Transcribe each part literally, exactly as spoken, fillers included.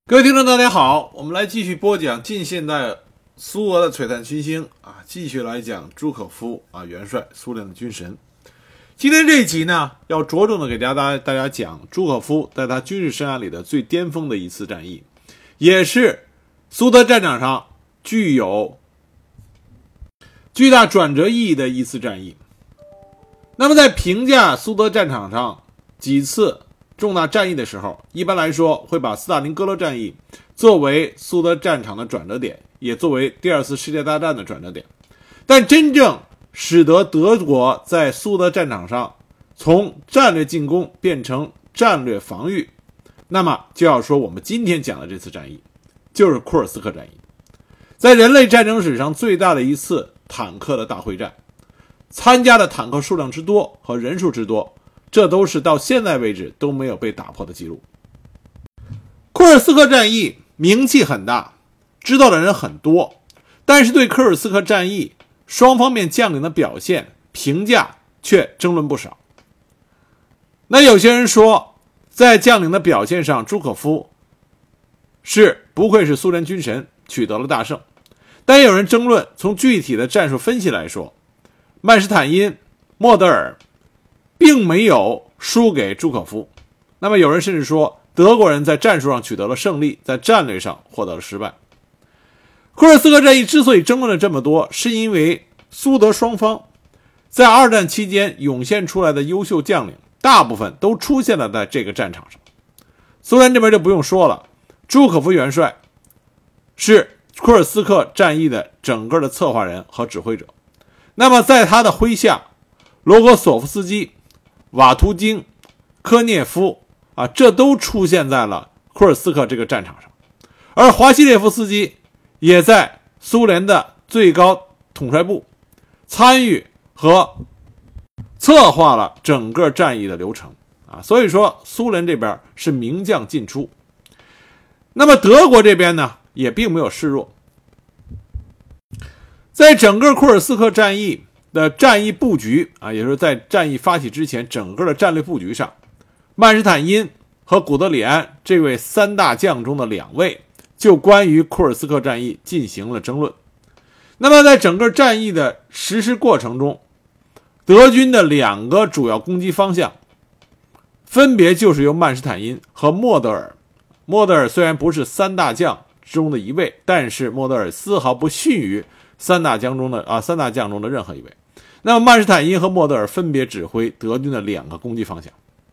各位听众大家好，我们来继续播讲近现代苏俄的璀璨群星啊，继续来讲朱可夫啊元帅，苏联的军神。今天这一集呢，要着重的给大家大家讲朱可夫在他军事生涯里的最巅峰的一次战役，也是苏德战场上具有巨大转折意义的一次战役。那么在评价苏德战场上几次重大战役的时候，一般来说会把斯大林格勒战役作为苏德战场的转折点，也作为第二次世界大战的转折点。但真正使得德国在苏德战场上从战略进攻变成战略防御，那么就要说我们今天讲的这次战役，就是库尔斯克战役。在人类战争史上最大的一次坦克的大会战，参加的坦克数量之多和人数之多，这都是到现在为止都没有被打破的记录。库尔斯克战役名气很大，知道的人很多，但是对库尔斯克战役双方面将领的表现评价却争论不少。那有些人说，在将领的表现上，朱可夫是不愧是苏联军神，取得了大胜。但也有人争论，从具体的战术分析来说，曼施坦因、莫德尔并没有输给朱可夫。那么有人甚至说，德国人在战术上取得了胜利，在战略上获得了失败。库尔斯克战役之所以争论了这么多，是因为苏德双方在二战期间涌现出来的优秀将领大部分都出现了在这个战场上。苏联这边就不用说了，朱可夫元帅是库尔斯克战役的整个的策划人和指挥者。那么在他的麾下，罗戈索夫斯基、瓦图京、科涅夫啊，这都出现在了库尔斯克这个战场上。而华西列夫斯基也在苏联的最高统帅部参与和策划了整个战役的流程啊，所以说苏联这边是名将尽出。那么德国这边呢，也并没有示弱。在整个库尔斯克战役的战役布局啊，也就是在战役发起之前整个的战略布局上，曼施坦因和古德里安这位三大将中的两位就关于库尔斯克战役进行了争论。那么在整个战役的实施过程中，德军的两个主要攻击方向分别就是由曼施坦因和莫德尔。莫德尔虽然不是三大将中的一位，但是莫德尔丝毫不逊于三大将中的啊三大将中的任何一位。那么曼施坦因和莫德尔分别指挥德军的两个攻击方向。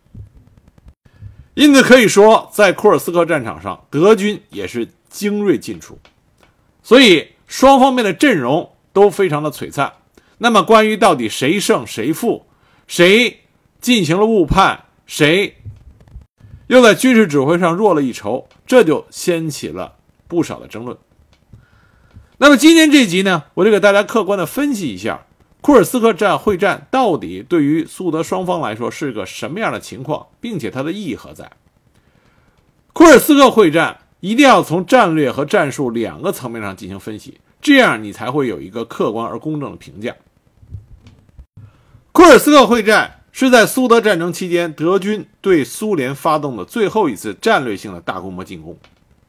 因此可以说，在库尔斯克战场上，德军也是精锐尽出，所以双方面的阵容都非常的璀璨。那么关于到底谁胜谁负，谁进行了误判，谁又在军事指挥上弱了一筹，这就掀起了不少的争论。那么今天这集呢，我就给大家客观的分析一下库尔斯克战会战到底对于苏德双方来说是个什么样的情况，并且它的意义何在。库尔斯克会战一定要从战略和战术两个层面上进行分析，这样你才会有一个客观而公正的评价。库尔斯克会战是在苏德战争期间德军对苏联发动的最后一次战略性的大规模进攻，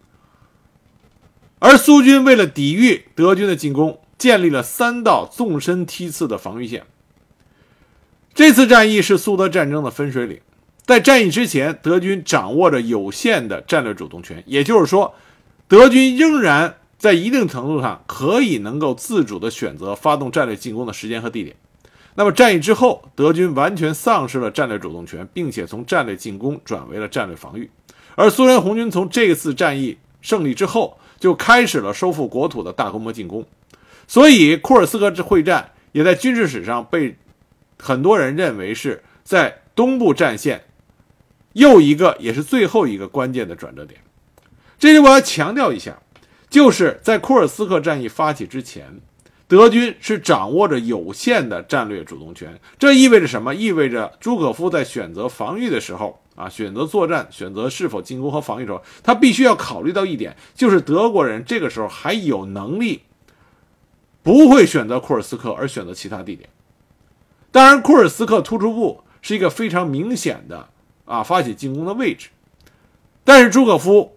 而苏军为了抵御德军的进攻，建立了三道纵深梯次的防御线。这次战役是苏德战争的分水岭。在战役之前，德军掌握着有限的战略主动权，也就是说，德军仍然在一定程度上可以能够自主的选择发动战略进攻的时间和地点。那么战役之后，德军完全丧失了战略主动权，并且从战略进攻转为了战略防御。而苏联红军从这次战役胜利之后，就开始了收复国土的大规模进攻。所以库尔斯克会战也在军事史上被很多人认为是在东部战线又一个也是最后一个关键的转折点。这里我要强调一下，就是在库尔斯克战役发起之前，德军是掌握着有限的战略主动权。这意味着什么？意味着朱可夫在选择防御的时候啊，选择作战，选择是否进攻和防御的时候，他必须要考虑到一点，就是德国人这个时候还有能力不会选择库尔斯克而选择其他地点。当然库尔斯克突出部是一个非常明显的啊发起进攻的位置，但是朱可夫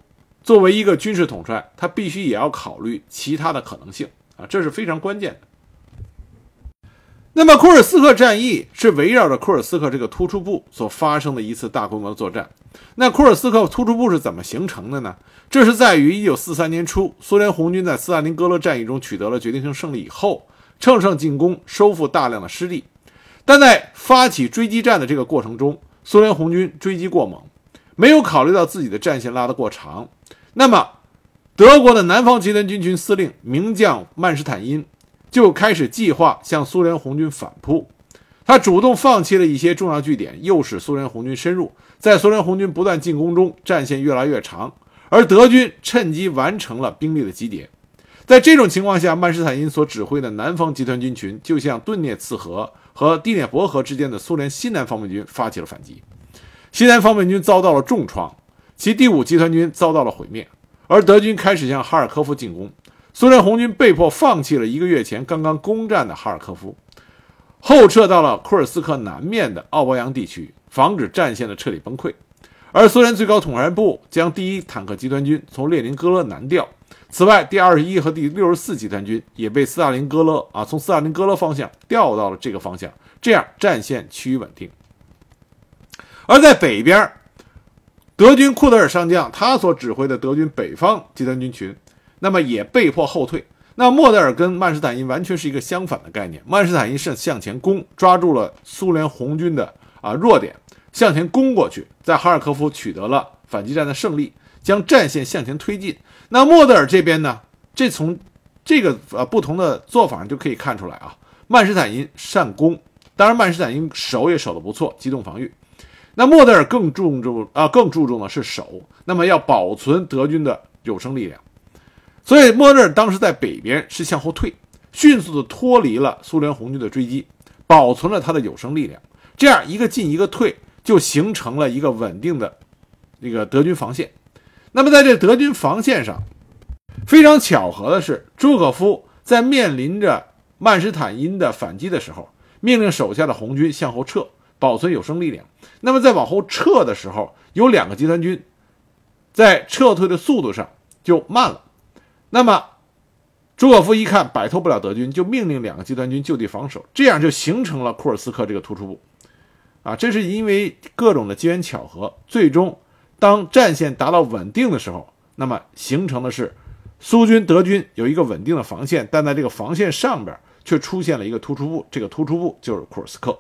作为一个军事统帅，他必须也要考虑其他的可能性啊，这是非常关键的。那么库尔斯克战役是围绕着库尔斯克这个突出部所发生的一次大规模的作战。那库尔斯克突出部是怎么形成的呢？这是在于一九四三年初，苏联红军在斯大林格勒战役中取得了决定性胜利以后，乘胜进攻，收复大量的失地。但在发起追击战的这个过程中，苏联红军追击过猛，没有考虑到自己的战线拉得过长。那么德国的南方集团军群司令名将曼施坦因就开始计划向苏联红军反扑，他主动放弃了一些重要据点，诱使苏联红军深入，在苏联红军不断进攻中，战线越来越长，而德军趁机完成了兵力的集结。在这种情况下，曼施坦因所指挥的南方集团军群就向顿涅茨河和第聂伯河之间的苏联西南方面军发起了反击。西南方面军遭到了重创，其第五集团军遭到了毁灭，而德军开始向哈尔科夫进攻。苏联红军被迫放弃了一个月前刚刚攻占的哈尔科夫，后撤到了库尔斯克南面的奥博扬地区，防止战线的彻底崩溃。而苏联最高统帅部将第一坦克集团军从列宁格勒南调，此外第二十一和第六十四集团军也被斯大林格勒啊从斯大林格勒方向调到了这个方向，这样战线趋于稳定。而在北边，德军库德尔上将他所指挥的德军北方集团军群那么也被迫后退。那莫德尔跟曼施坦因完全是一个相反的概念，曼施坦因是向前攻，抓住了苏联红军的啊弱点，向前攻过去，在哈尔科夫取得了反击战的胜利，将战线向前推进。那莫德尔这边呢，这从这个呃不同的做法就可以看出来啊，曼施坦因善攻，当然曼施坦因守也守得不错，机动防御。那莫德尔更注重啊更注重的是守，那么要保存德军的有生力量。所以莫德尔当时在北边是向后退，迅速的脱离了苏联红军的追击，保存了他的有生力量。这样一个进一个退，就形成了一个稳定的这个德军防线。那么在这德军防线上，非常巧合的是，朱可夫在面临着曼施坦因的反击的时候，命令手下的红军向后撤，保存有生力量。那么在往后撤的时候，有两个集团军在撤退的速度上就慢了。那么朱可夫一看摆脱不了德军，就命令两个集团军就地防守，这样就形成了库尔斯克这个突出部啊。这是因为各种的机缘巧合，最终当战线达到稳定的时候，那么形成的是苏军德军有一个稳定的防线，但在这个防线上边却出现了一个突出部，这个突出部就是库尔斯克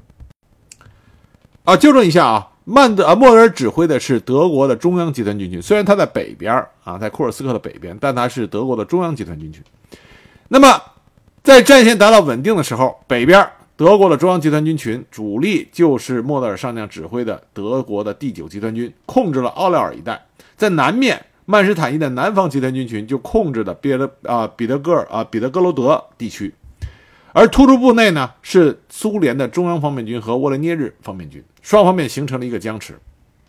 啊。纠正一下啊，曼德啊莫德尔指挥的是德国的中央集团军群，虽然他在北边啊，在库尔斯克的北边，但他是德国的中央集团军群。那么在战线达到稳定的时候，北边德国的中央集团军群主力就是莫德尔上将指挥的德国的第九集团军，控制了奥廖尔一带。在南面，曼施坦因的南方集团军群就控制的别的啊彼得戈尔啊彼得格罗德地区。而突出部内呢，是苏联的中央方面军和沃罗涅日方面军，双方面形成了一个僵持。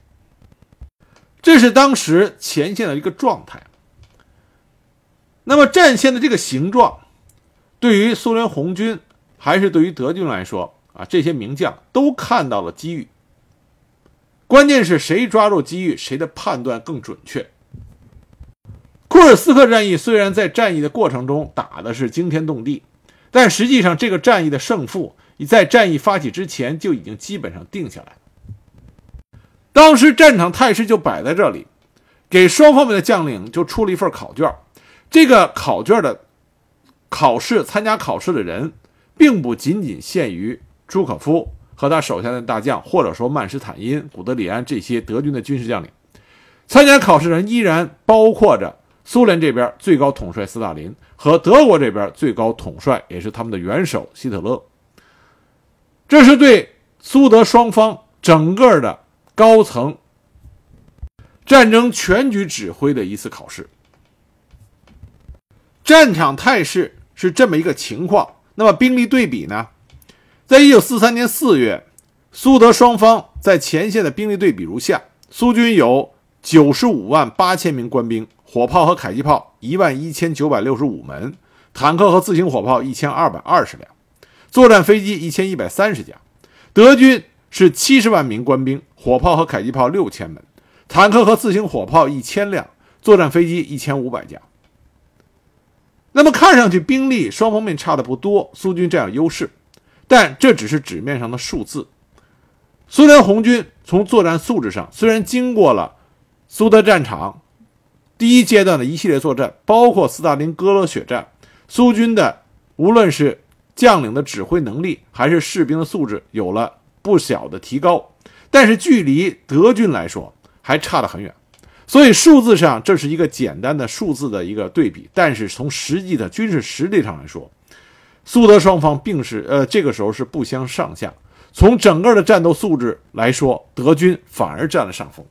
这是当时前线的一个状态。那么战线的这个形状，对于苏联红军还是对于德军来说啊，这些名将都看到了机遇。关键是谁抓住机遇，谁的判断更准确。库尔斯克战役虽然在战役的过程中打的是惊天动地，但实际上这个战役的胜负在战役发起之前就已经基本上定下来。当时战场态势就摆在这里，给双方面的将领就出了一份考卷。这个考卷的考试参加考试的人并不仅仅限于朱可夫和他手下的大将，或者说曼施坦因、古德里安这些德军的军事将领，参加考试的人依然包括着苏联这边最高统帅斯大林和德国这边最高统帅也是他们的元首希特勒。这是对苏德双方整个的高层战争全局指挥的一次考试。战场态势是这么一个情况，那么兵力对比呢？在一九四三年四月，苏德双方在前线的兵力对比如下：苏军有九十五万八千名官兵，火炮和迫击炮一万一千九百六十五门，坦克和自行火炮一千二百二十辆，作战飞机一千一百三十架。德军是七十万名官兵，火炮和迫击炮六千门，坦克和自行火炮一千辆， 作战飞机一千五百架。那么看上去兵力双方面差的不多，苏军占有优势，但这只是纸面上的数字。苏联红军从作战素质上，虽然经过了苏德战场第一阶段的一系列作战，包括斯大林格勒血战，苏军的无论是将领的指挥能力还是士兵的素质有了不小的提高，但是距离德军来说还差得很远。所以数字上这是一个简单的数字的一个对比，但是从实际的军事实力上来说，苏德双方并是呃这个时候是不相上下。从整个的战斗素质来说，德军反而占了上风。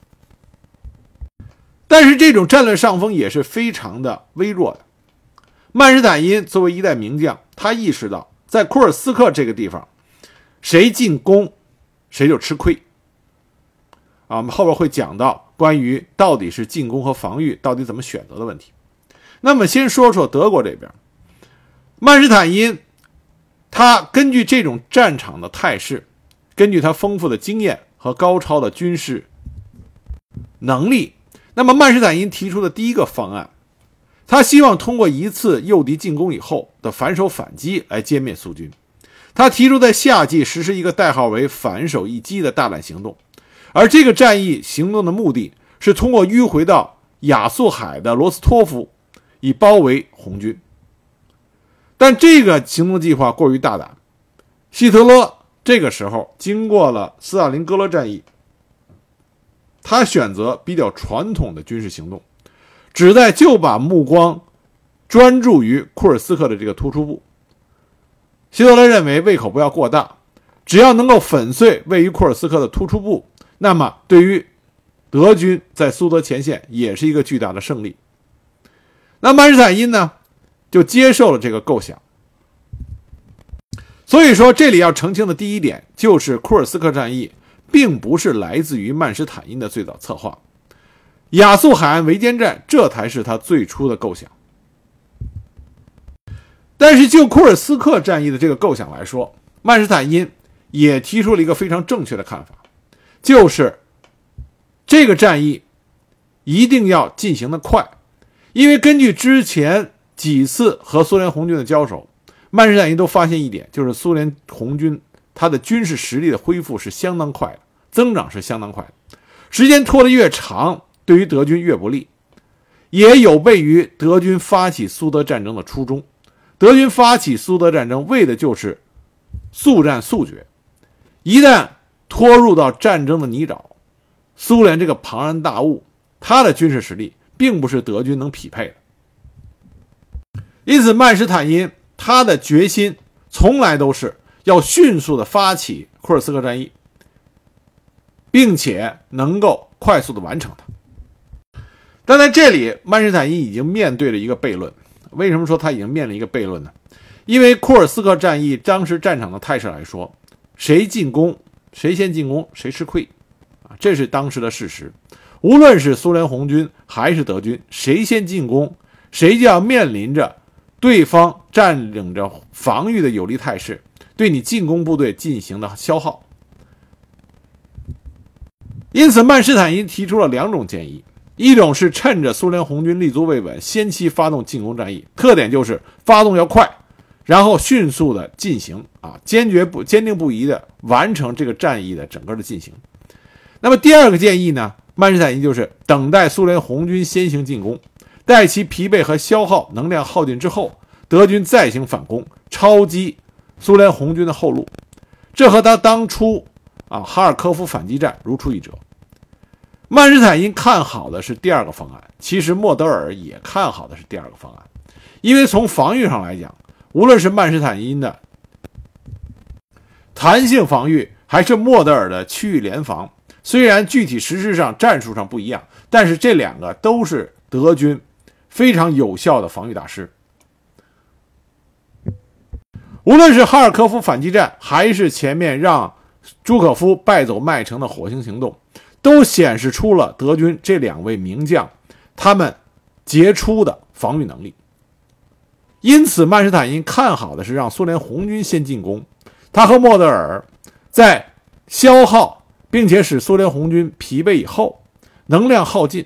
但是这种战略上风也是非常的微弱的。曼施坦因作为一代名将，他意识到在库尔斯克这个地方，谁进攻谁就吃亏。啊，我们后边会讲到关于到底是进攻和防御到底怎么选择的问题。那么先说说德国这边，曼施坦因他根据这种战场的态势，根据他丰富的经验和高超的军事能力，那么曼施坦因提出的第一个方案，他希望通过一次诱敌进攻以后的反手反击来歼灭苏军。他提出在夏季实施一个代号为反手一击的大胆行动，而这个战役行动的目的是通过迂回到亚速海的罗斯托夫，以包围红军。但这个行动计划过于大胆，希特勒这个时候经过了斯大林格勒战役，他选择比较传统的军事行动，旨在就把目光专注于库尔斯克的这个突出部。希特勒认为胃口不要过大，只要能够粉碎位于库尔斯克的突出部，那么对于德军在苏德前线也是一个巨大的胜利。那曼施坦因呢就接受了这个构想。所以说这里要澄清的第一点就是库尔斯克战役并不是来自于曼施坦因的最早策划，亚速海岸围歼战这才是他最初的构想。但是就库尔斯克战役的这个构想来说，曼施坦因也提出了一个非常正确的看法，就是这个战役一定要进行的快。因为根据之前几次和苏联红军的交手，曼施坦因都发现一点，就是苏联红军它的军事实力的恢复是相当快的，增长是相当快的，时间拖得越长，对于德军越不利，也有悖于德军发起苏德战争的初衷。德军发起苏德战争为的就是速战速决，一旦拖入到战争的泥沼，苏联这个庞然大物，它的军事实力并不是德军能匹配的。因此曼施坦因他的决心从来都是要迅速的发起库尔斯克战役，并且能够快速的完成它。但在这里曼施坦因已经面对了一个悖论。为什么说他已经面临一个悖论呢？因为库尔斯克战役当时战场的态势来说，谁进攻谁先进攻谁吃亏啊，这是当时的事实。无论是苏联红军还是德军，谁先进攻谁就要面临着对方占领着防御的有利态势，对你进攻部队进行的消耗。因此曼施坦因提出了两种建议，一种是趁着苏联红军立足未稳，先期发动进攻战役，特点就是发动要快，然后迅速的进行啊，坚决不坚定不移的完成这个战役的整个的进行。那么第二个建议呢，曼施坦因就是等待苏联红军先行进攻，待其疲惫和消耗能量耗尽之后，德军再行反攻，抄击苏联红军的后路。这和他当初啊哈尔科夫反击战如出一辙。曼施坦因看好的是第二个方案，其实莫德尔也看好的是第二个方案。因为从防御上来讲，无论是曼施坦因的弹性防御还是莫德尔的区域联防，虽然具体实施上战术上不一样，但是这两个都是德军非常有效的防御大师。无论是哈尔科夫反击战还是前面让朱可夫败走麦城的火星行动，都显示出了德军这两位名将他们杰出的防御能力。因此曼施坦因看好的是让苏联红军先进攻，他和莫德尔在消耗并且使苏联红军疲惫以后，能量耗尽，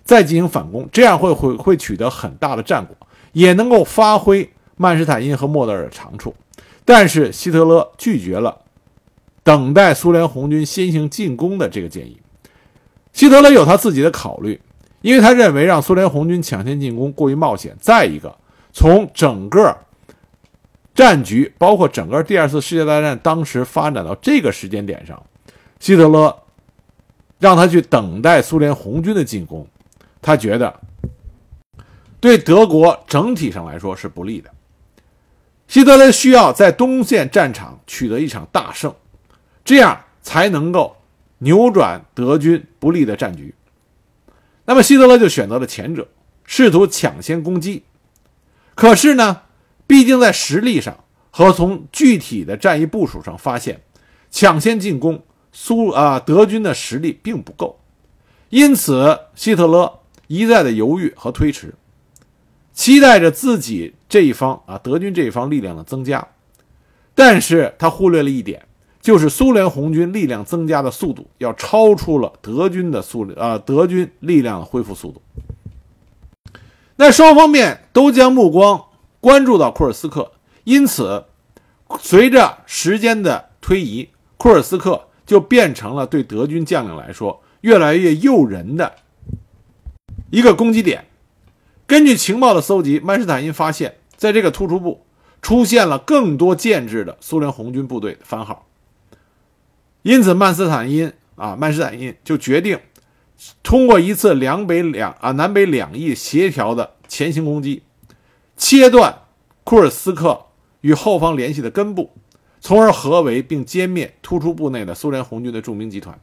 再进行反攻，这样会会会取得很大的战果，也能够发挥曼施坦因和莫德尔的长处。但是希特勒拒绝了等待苏联红军先行进攻的这个建议。希特勒有他自己的考虑，因为他认为让苏联红军抢先进攻过于冒险，再一个从整个战局包括整个第二次世界大战当时发展到这个时间点上，希特勒让他去等待苏联红军的进攻，他觉得对德国整体上来说是不利的。希特勒需要在东线战场取得一场大胜，这样才能够扭转德军不利的战局。那么希特勒就选择了前者，试图抢先攻击。可是呢，毕竟在实力上和从具体的战役部署上发现，抢先进攻苏啊德军的实力并不够，因此希特勒一再的犹豫和推迟，期待着自己这一方啊德军这一方力量的增加。但是他忽略了一点，就是苏联红军力量增加的速度要超出了德军的速啊德军力量的恢复速度。那双方面都将目光关注到库尔斯克，因此随着时间的推移，库尔斯克就变成了对德军将领来说越来越诱人的一个攻击点。根据情报的搜集，曼施坦因发现在这个突出部出现了更多建制的苏联红军部队的番号，因此曼斯坦因啊曼施坦因就决定通过一次两北两啊南北两翼协调的前行攻击，切断库尔斯克与后方联系的根部，从而合围并歼灭突出部内的苏联红军的重兵集团。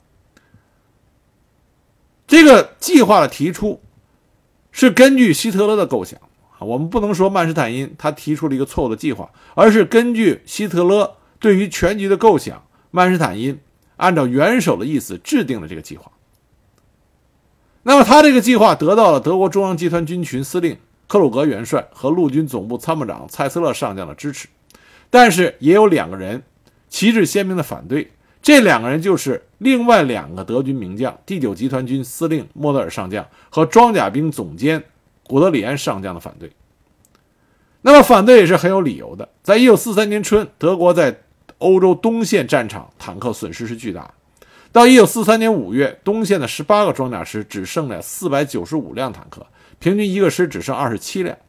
这个计划的提出是根据希特勒的构想，我们不能说曼施坦因他提出了一个错误的计划，而是根据希特勒对于全局的构想，曼施坦因按照元首的意思制定了这个计划。那么他这个计划得到了德国中央集团军群司令克鲁格元帅和陆军总部参谋长蔡斯勒上将的支持，但是也有两个人旗帜鲜明的反对，这两个人就是另外两个德军名将，第九集团军司令莫德尔上将和装甲兵总监古德里安上将的反对。那么反对也是很有理由的，在一九四三年春，德国在欧洲东线战场坦克损失是巨大，到一九四三年五月，东线的十八个装甲师只剩了四百九十五辆坦克，平均一个师只剩二十七辆。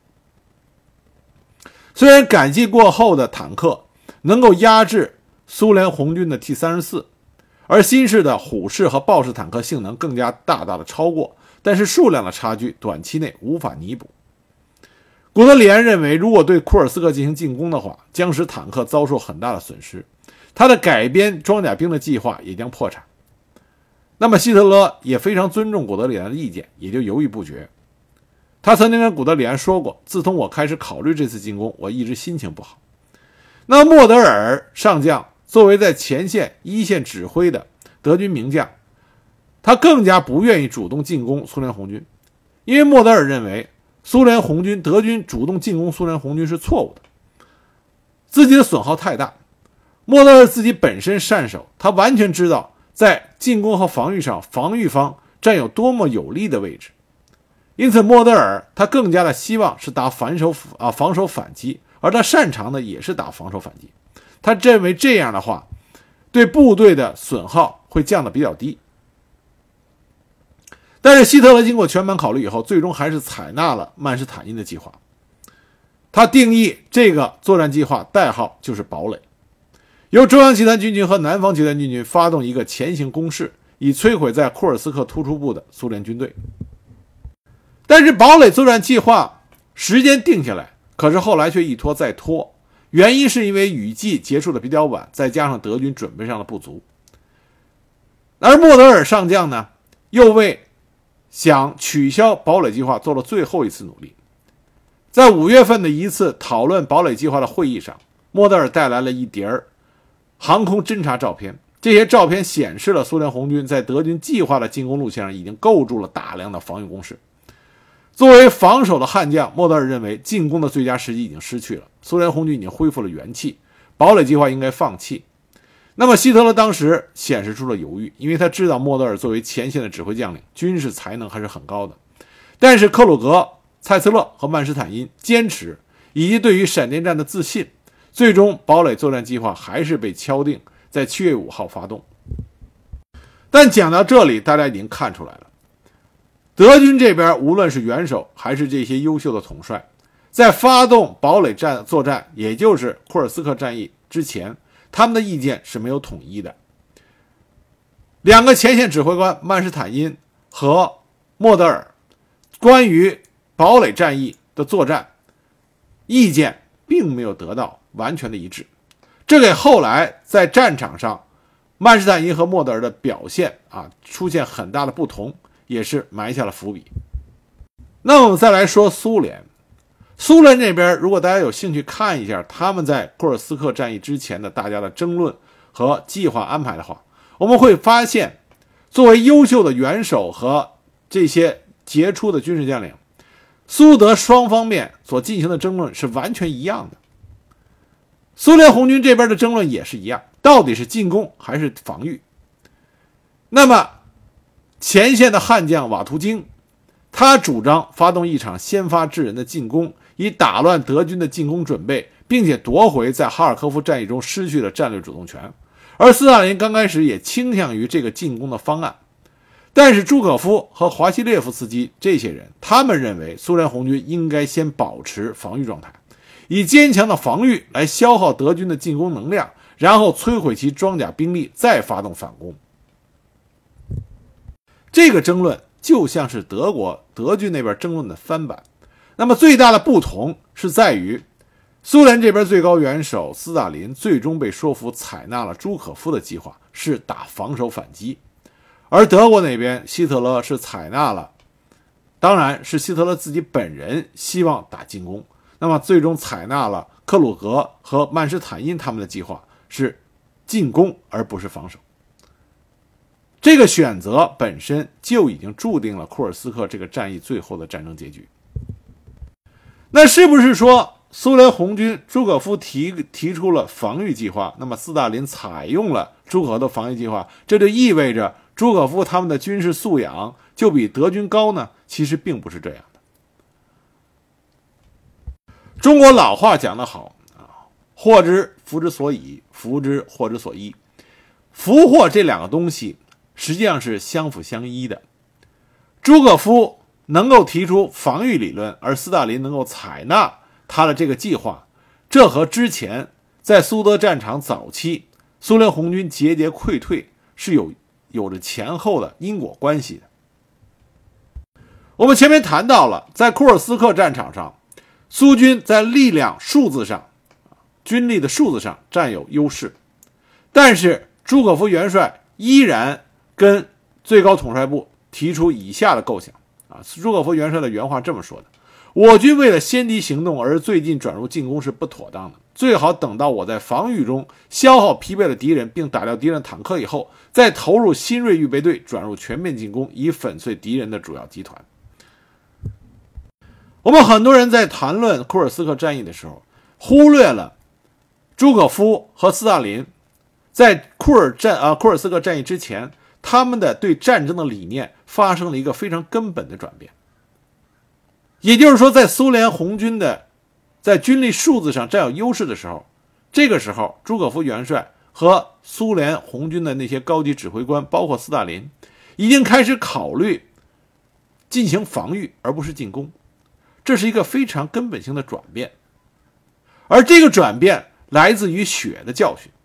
虽然改进过后的坦克能够压制苏联红军的 T 三十四， 而新式的虎式和豹式坦克性能更加大大的超过，但是数量的差距短期内无法弥补。古德里安认为，如果对库尔斯克进行进攻的话，将使坦克遭受很大的损失，他的改编装甲兵的计划也将破产。那么希特勒也非常尊重古德里安的意见，也就犹豫不决。他曾经跟古德里安说过，自从我开始考虑这次进攻，我一直心情不好。那莫德尔上将作为在前线一线指挥的德军名将，他更加不愿意主动进攻苏联红军，因为莫德尔认为苏联红军德军主动进攻苏联红军是错误的，自己的损耗太大。莫德尔自己本身善守，他完全知道在进攻和防御上防御方占有多么有利的位置，因此莫德尔他更加的希望是打反手啊防守反击，而他擅长的也是打防守反击。他认为这样的话对部队的损耗会降得比较低。但是希特勒经过全盘考虑以后，最终还是采纳了曼施坦因的计划。他定义这个作战计划代号就是堡垒，由中央集团军群和南方集团军群发动一个前行攻势，以摧毁在库尔斯克突出部的苏联军队。但是堡垒作战计划时间定下来，可是后来却一拖再拖，原因是因为雨季结束的比较晚，再加上德军准备上的不足。而莫德尔上将呢，又为想取消堡垒计划做了最后一次努力。在五月份的一次讨论堡垒计划的会议上，莫德尔带来了一叠航空侦察照片，这些照片显示了苏联红军在德军计划的进攻路线上已经构筑了大量的防御工事。作为防守的悍将，莫德尔认为进攻的最佳时机已经失去了，苏联红军已经恢复了元气，堡垒计划应该放弃。那么希特勒当时显示出了犹豫，因为他知道莫德尔作为前线的指挥将领，军事才能还是很高的， 但是克鲁格、蔡斯勒和曼施坦因坚持，以及对于闪电战的自信，最终堡垒作战计划还是被敲定在七月五号发动。但讲到这里，大家已经看出来了，德军这边无论是元首还是这些优秀的统帅，在发动堡垒战作战，也就是库尔斯克战役之前，他们的意见是没有统一的。两个前线指挥官曼施坦因和莫德尔关于堡垒战役的作战意见并没有得到完全的一致，这给后来在战场上曼施坦因和莫德尔的表现啊出现很大的不同，也是埋下了伏笔。那我们再来说苏联，苏联这边如果大家有兴趣看一下他们在库尔斯克战役之前的大家的争论和计划安排的话，我们会发现作为优秀的元首和这些杰出的军事将领，苏德双方面所进行的争论是完全一样的。苏联红军这边的争论也是一样，到底是进攻还是防御。那么前线的悍将瓦图京，他主张发动一场先发制人的进攻，以打乱德军的进攻准备，并且夺回在哈尔科夫战役中失去的战略主动权。而斯大林刚开始也倾向于这个进攻的方案，但是朱可夫和华西列夫斯基这些人，他们认为苏联红军应该先保持防御状态，以坚强的防御来消耗德军的进攻能量，然后摧毁其装甲兵力，再发动反攻。这个争论就像是德国德军那边争论的翻版。那么最大的不同是在于，苏联这边最高元首斯大林最终被说服采纳了朱可夫的计划，是打防守反击，而德国那边希特勒是采纳了，当然是希特勒自己本人希望打进攻，那么最终采纳了克鲁格和曼施坦因他们的计划，是进攻而不是防守。这个选择本身就已经注定了库尔斯克这个战役最后的战争结局。那是不是说苏联红军朱可夫提提出了防御计划，那么斯大林采用了朱可夫的防御计划，这就意味着朱可夫他们的军事素养就比德军高呢？其实并不是这样的。中国老话讲得好啊，祸之福之所以，福之祸之所依。福祸这两个东西实际上是相辅相依的。朱可夫能够提出防御理论，而斯大林能够采纳他的这个计划，这和之前在苏德战场早期苏联红军节节溃退是有有着前后的因果关系的。我们前面谈到了，在库尔斯克战场上，苏军在力量数字上，军力的数字上占有优势，但是朱可夫元帅依然跟最高统帅部提出以下的构想啊，朱可夫元帅的原话这么说的：我军为了先敌行动而最近转入进攻是不妥当的，最好等到我在防御中消耗疲惫了敌人，并打掉敌人坦克以后，再投入新锐预备队，转入全面进攻，以粉碎敌人的主要集团。我们很多人在谈论库尔斯克战役的时候，忽略了朱可夫和斯大林在库尔战啊库尔斯克战役之前，他们的对战争的理念发生了一个非常根本的转变。也就是说，在苏联红军的在军力数字上占有优势的时候，这个时候朱可夫元帅和苏联红军的那些高级指挥官，包括斯大林，已经开始考虑进行防御而不是进攻，这是一个非常根本性的转变。而这个转变来自于血的教训。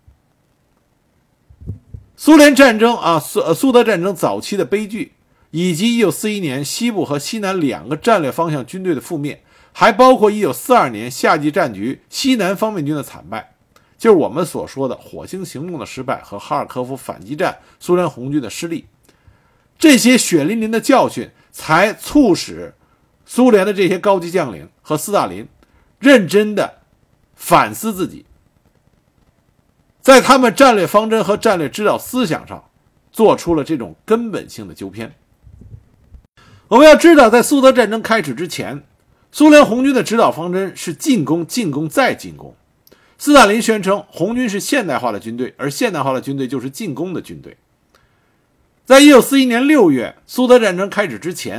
苏联战争啊，苏苏德战争早期的悲剧，以及一九四一年西部和西南两个战略方向军队的覆灭，还包括一九四二年夏季战局西南方面军的惨败，就是我们所说的火星行动的失败和哈尔科夫反击战苏联红军的失利。这些血淋淋的教训才促使苏联的这些高级将领和斯大林认真的反思自己，在他们战略方针和战略指导思想上做出了这种根本性的纠偏。我们要知道，在苏德战争开始之前，苏联红军的指导方针是进攻、进攻再进攻。斯大林宣称红军是现代化的军队，而现代化的军队就是进攻的军队。在一九四一年六月苏德战争开始之前，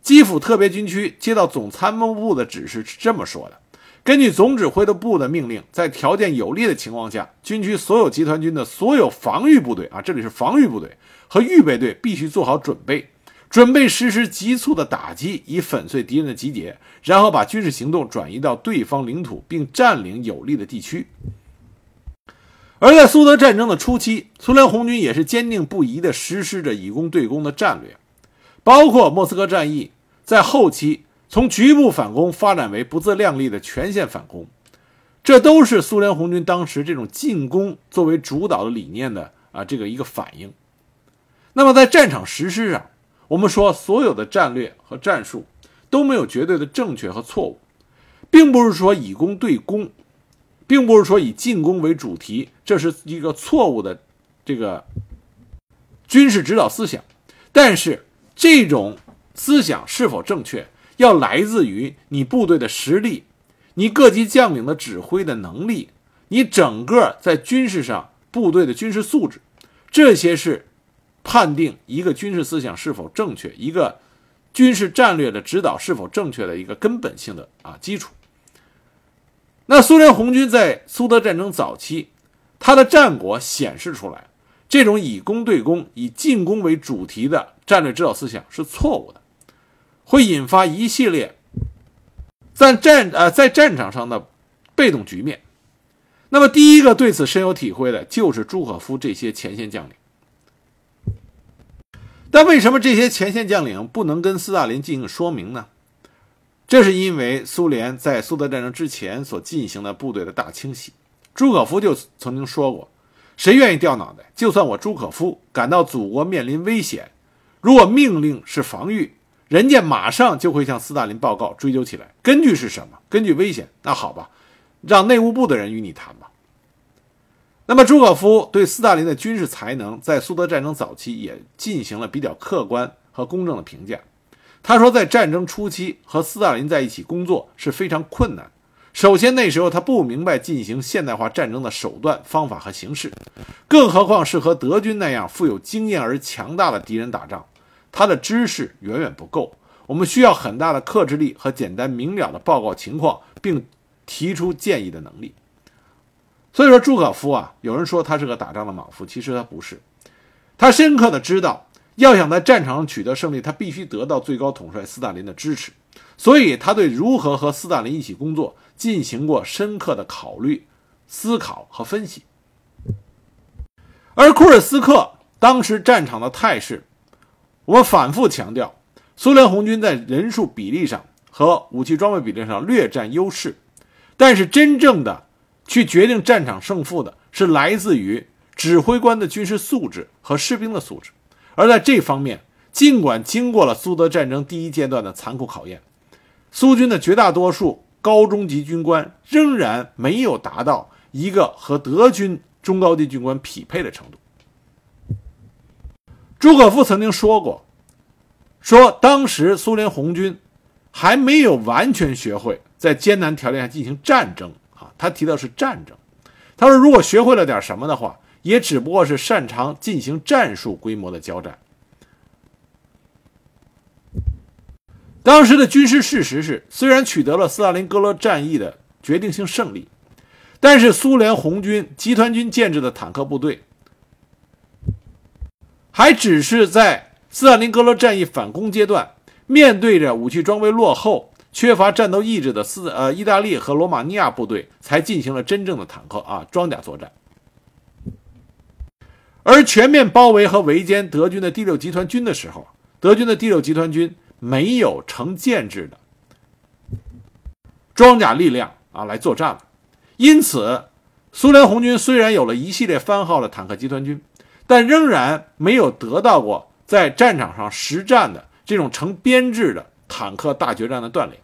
基辅特别军区接到总参谋部的指示是这么说的：根据总指挥的部的命令，在条件有利的情况下，军区所有集团军的所有防御部队啊，这里是防御部队和预备队必须做好准备，准备实施急促的打击，以粉碎敌人的集结，然后把军事行动转移到对方领土，并占领有利的地区。而在苏德战争的初期，苏联红军也是坚定不移地实施着以攻对攻的战略，包括莫斯科战役，在后期从局部反攻发展为不自量力的全线反攻，这都是苏联红军当时这种进攻作为主导的理念的啊这个一个反应。那么在战场实施上，我们说所有的战略和战术都没有绝对的正确和错误，并不是说以攻对攻，并不是说以进攻为主题，这是一个错误的这个军事指导思想。但是这种思想是否正确，要来自于你部队的实力，你各级将领的指挥的能力，你整个在军事上部队的军事素质，这些是判定一个军事思想是否正确，一个军事战略的指导是否正确的一个根本性的啊基础。那苏联红军在苏德战争早期，它的战果显示出来，这种以攻对攻、以进攻为主题的战略指导思想是错误的，会引发一系列在战呃在战场上的被动局面。那么第一个对此深有体会的就是朱可夫这些前线将领。但为什么这些前线将领不能跟斯大林进行说明呢？这是因为苏联在苏德战争之前所进行的部队的大清洗。朱可夫就曾经说过，谁愿意掉脑袋？就算我朱可夫感到祖国面临危险，如果命令是防御，人家马上就会向斯大林报告追究起来。根据是什么？根据危险。那好吧，让内务部的人与你谈吧。那么朱可夫对斯大林的军事才能在苏德战争早期也进行了比较客观和公正的评价。他说，在战争初期和斯大林在一起工作是非常困难。首先那时候他不明白进行现代化战争的手段、方法和形式，更何况是和德军那样富有经验而强大的敌人打仗，他的知识远远不够。我们需要很大的克制力和简单明了的报告情况并提出建议的能力。所以说朱可夫啊，有人说他是个打仗的莽夫，其实他不是。他深刻的知道，要想在战场上取得胜利，他必须得到最高统帅斯大林的支持，所以他对如何和斯大林一起工作进行过深刻的考虑、思考和分析。而库尔斯克当时战场的态势，我们反复强调，苏联红军在人数比例上和武器装备比例上略占优势，但是真正的去决定战场胜负的是来自于指挥官的军事素质和士兵的素质。而在这方面，尽管经过了苏德战争第一阶段的残酷考验，苏军的绝大多数高中级军官仍然没有达到一个和德军中高级军官匹配的程度。朱可夫曾经说过，说当时苏联红军还没有完全学会在艰难条件下进行战争啊，他提到是战争。他说如果学会了点什么的话，也只不过是擅长进行战术规模的交战。当时的军事事实是，虽然取得了斯大林格勒战役的决定性胜利，但是苏联红军集团军建制的坦克部队还只是在斯大林格勒战役反攻阶段，面对着武器装备落后、缺乏战斗意志的斯呃意大利和罗马尼亚部队，才进行了真正的坦克啊装甲作战。而全面包围和围歼德军的第六集团军的时候，德军的第六集团军没有成建制的装甲力量啊来作战了。因此苏联红军虽然有了一系列番号的坦克集团军，但仍然没有得到过在战场上实战的这种成编制的坦克大决战的锻炼。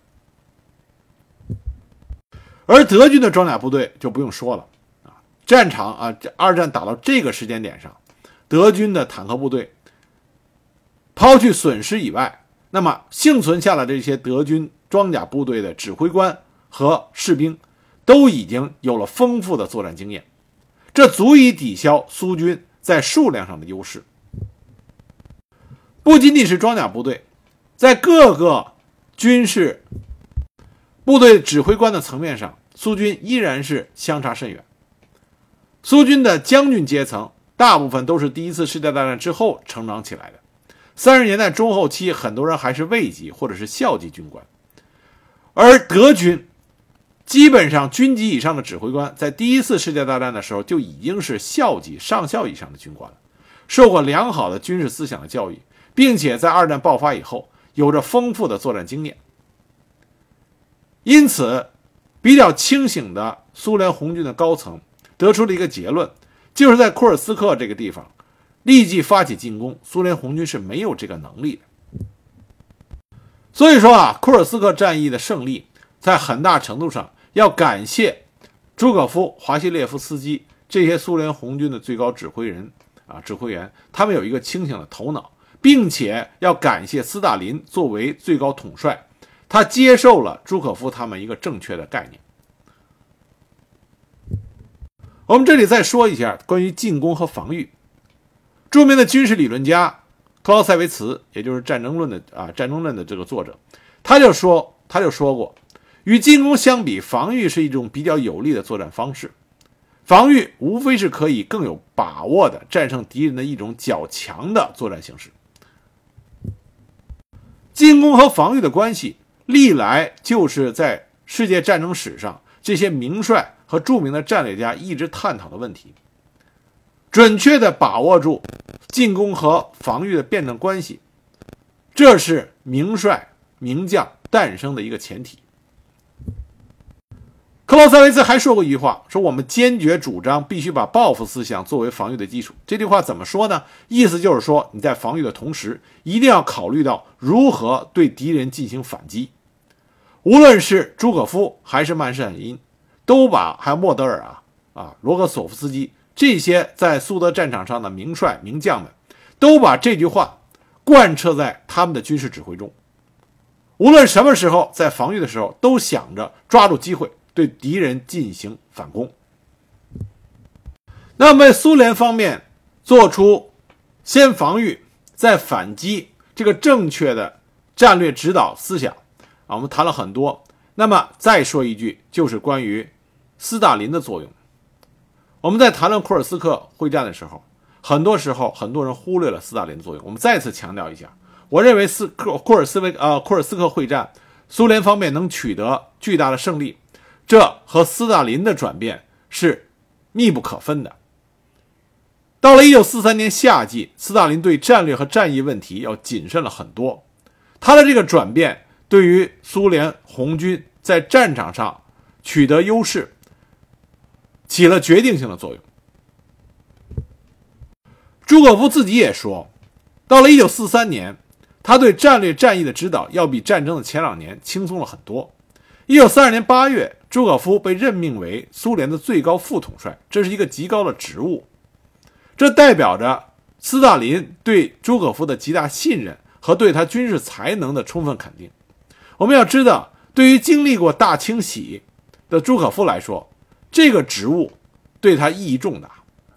而德军的装甲部队就不用说了，战场啊，二战打到这个时间点上，德军的坦克部队抛去损失以外，那么幸存下来的这些德军装甲部队的指挥官和士兵都已经有了丰富的作战经验，这足以抵消苏军在数量上的优势。不仅仅是装甲部队， 在各个军事部队指挥官的层面上，苏军依然是相差甚远。苏军的将军阶层大部分都是第一次世界大战之后成长起来的，三十年代中后期很多人还是尉级或者是校级军官，而德军基本上军级以上的指挥官在第一次世界大战的时候就已经是校级上校以上的军官了，受过良好的军事思想的教育，并且在二战爆发以后有着丰富的作战经验。因此比较清醒的苏联红军的高层得出了一个结论，就是在库尔斯克这个地方立即发起进攻，苏联红军是没有这个能力的。所以说啊，库尔斯克战役的胜利在很大程度上要感谢朱可夫、华西列夫斯基这些苏联红军的最高指挥人啊，指挥员，他们有一个清醒的头脑，并且要感谢斯大林作为最高统帅，他接受了朱可夫他们一个正确的概念。我们这里再说一下关于进攻和防御。著名的军事理论家克劳塞维茨，也就是战争论的啊战争论的这个作者，他就说他就说过，与进攻相比，防御是一种比较有利的作战方式。防御无非是可以更有把握的战胜敌人的一种较强的作战形式。进攻和防御的关系历来就是在世界战争史上这些名帅和著名的战略家一直探讨的问题。准确地把握住进攻和防御的辩证关系，这是名帅名将诞生的一个前提。克劳塞维茨还说过一句话，说我们坚决主张必须把报复思想作为防御的基础。这句话怎么说呢？意思就是说，你在防御的同时一定要考虑到如何对敌人进行反击。无论是朱可夫还是曼施坦因，都把还有莫德尔啊啊罗格索夫斯基这些在苏德战场上的名帅名将们，都把这句话贯彻在他们的军事指挥中。无论什么时候在防御的时候，都想着抓住机会对敌人进行反攻。那么苏联方面做出先防御再反击这个正确的战略指导思想啊，我们谈了很多。那么再说一句，就是关于斯大林的作用。我们在谈论库尔斯克会战的时候，很多时候很多人忽略了斯大林的作用。我们再次强调一下，我认为斯库尔斯维呃库尔斯克会战，苏联方面能取得巨大的胜利，这和斯大林的转变是密不可分的。到了一九四三年夏季，斯大林对战略和战役问题要谨慎了很多，他的这个转变对于苏联红军在战场上取得优势起了决定性的作用。朱可夫自己也说，到了一九四三年，他对战略战役的指导要比战争的前两年轻松了很多。一九四二年八月，朱可夫被任命为苏联的最高副统帅，这是一个极高的职务，这代表着斯大林对朱可夫的极大信任和对他军事才能的充分肯定。我们要知道，对于经历过大清洗的朱可夫来说，这个职务对他意义重大。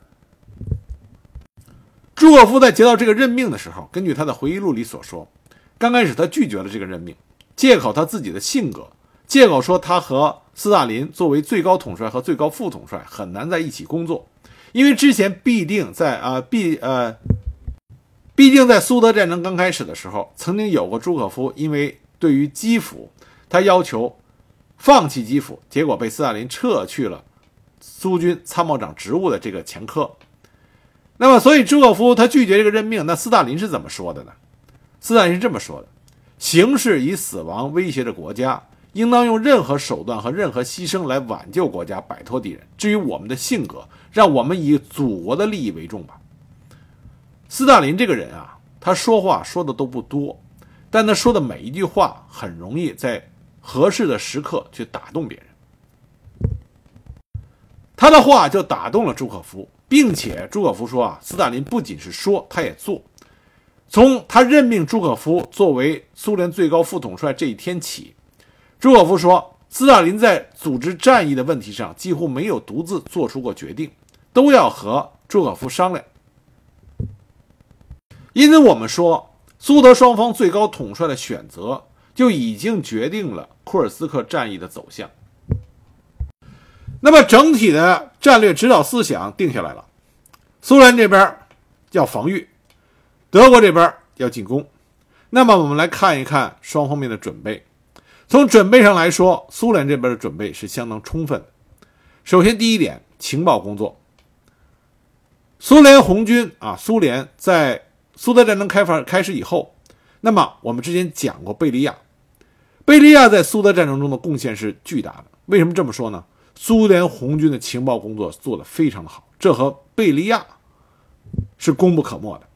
朱可夫在接到这个任命的时候，根据他的回忆录里所说，刚开始他拒绝了这个任命，借口他自己的性格，借口说他和斯大林作为最高统帅和最高副统帅很难在一起工作，因为之前必定在啊、呃、必呃毕竟在苏德战争刚开始的时候，曾经有过朱可夫因为对于基辅他要求放弃基辅，结果被斯大林撤去了苏军参谋长职务的这个前科。那么所以朱可夫他拒绝这个任命，那斯大林是怎么说的呢？斯大林是这么说的：形势以死亡威胁着国家，应当用任何手段和任何牺牲来挽救国家，摆脱敌人。至于我们的性格，让我们以祖国的利益为重吧。斯大林这个人啊，他说话说的都不多，但他说的每一句话很容易在合适的时刻去打动别人。他的话就打动了朱可夫，并且朱可夫说啊，斯大林不仅是说，他也做。从他任命朱可夫作为苏联最高副统帅这一天起，朱可夫说，斯大林在组织战役的问题上几乎没有独自做出过决定，都要和朱可夫商量。因此我们说， 苏德双方最高统帅的选择就已经决定了库尔斯克战役的走向。那么整体的战略指导思想定下来了，苏联这边要防御，德国这边要进攻。那么我们来看一看双方面的准备。从准备上来说，苏联这边的准备是相当充分的。首先第一点，情报工作。苏联红军啊，苏联在苏德战争开发开始以后，那么我们之前讲过贝利亚，贝利亚在苏德战争中的贡献是巨大的。为什么这么说呢？苏联红军的情报工作做得非常的好，这和贝利亚是功不可没的。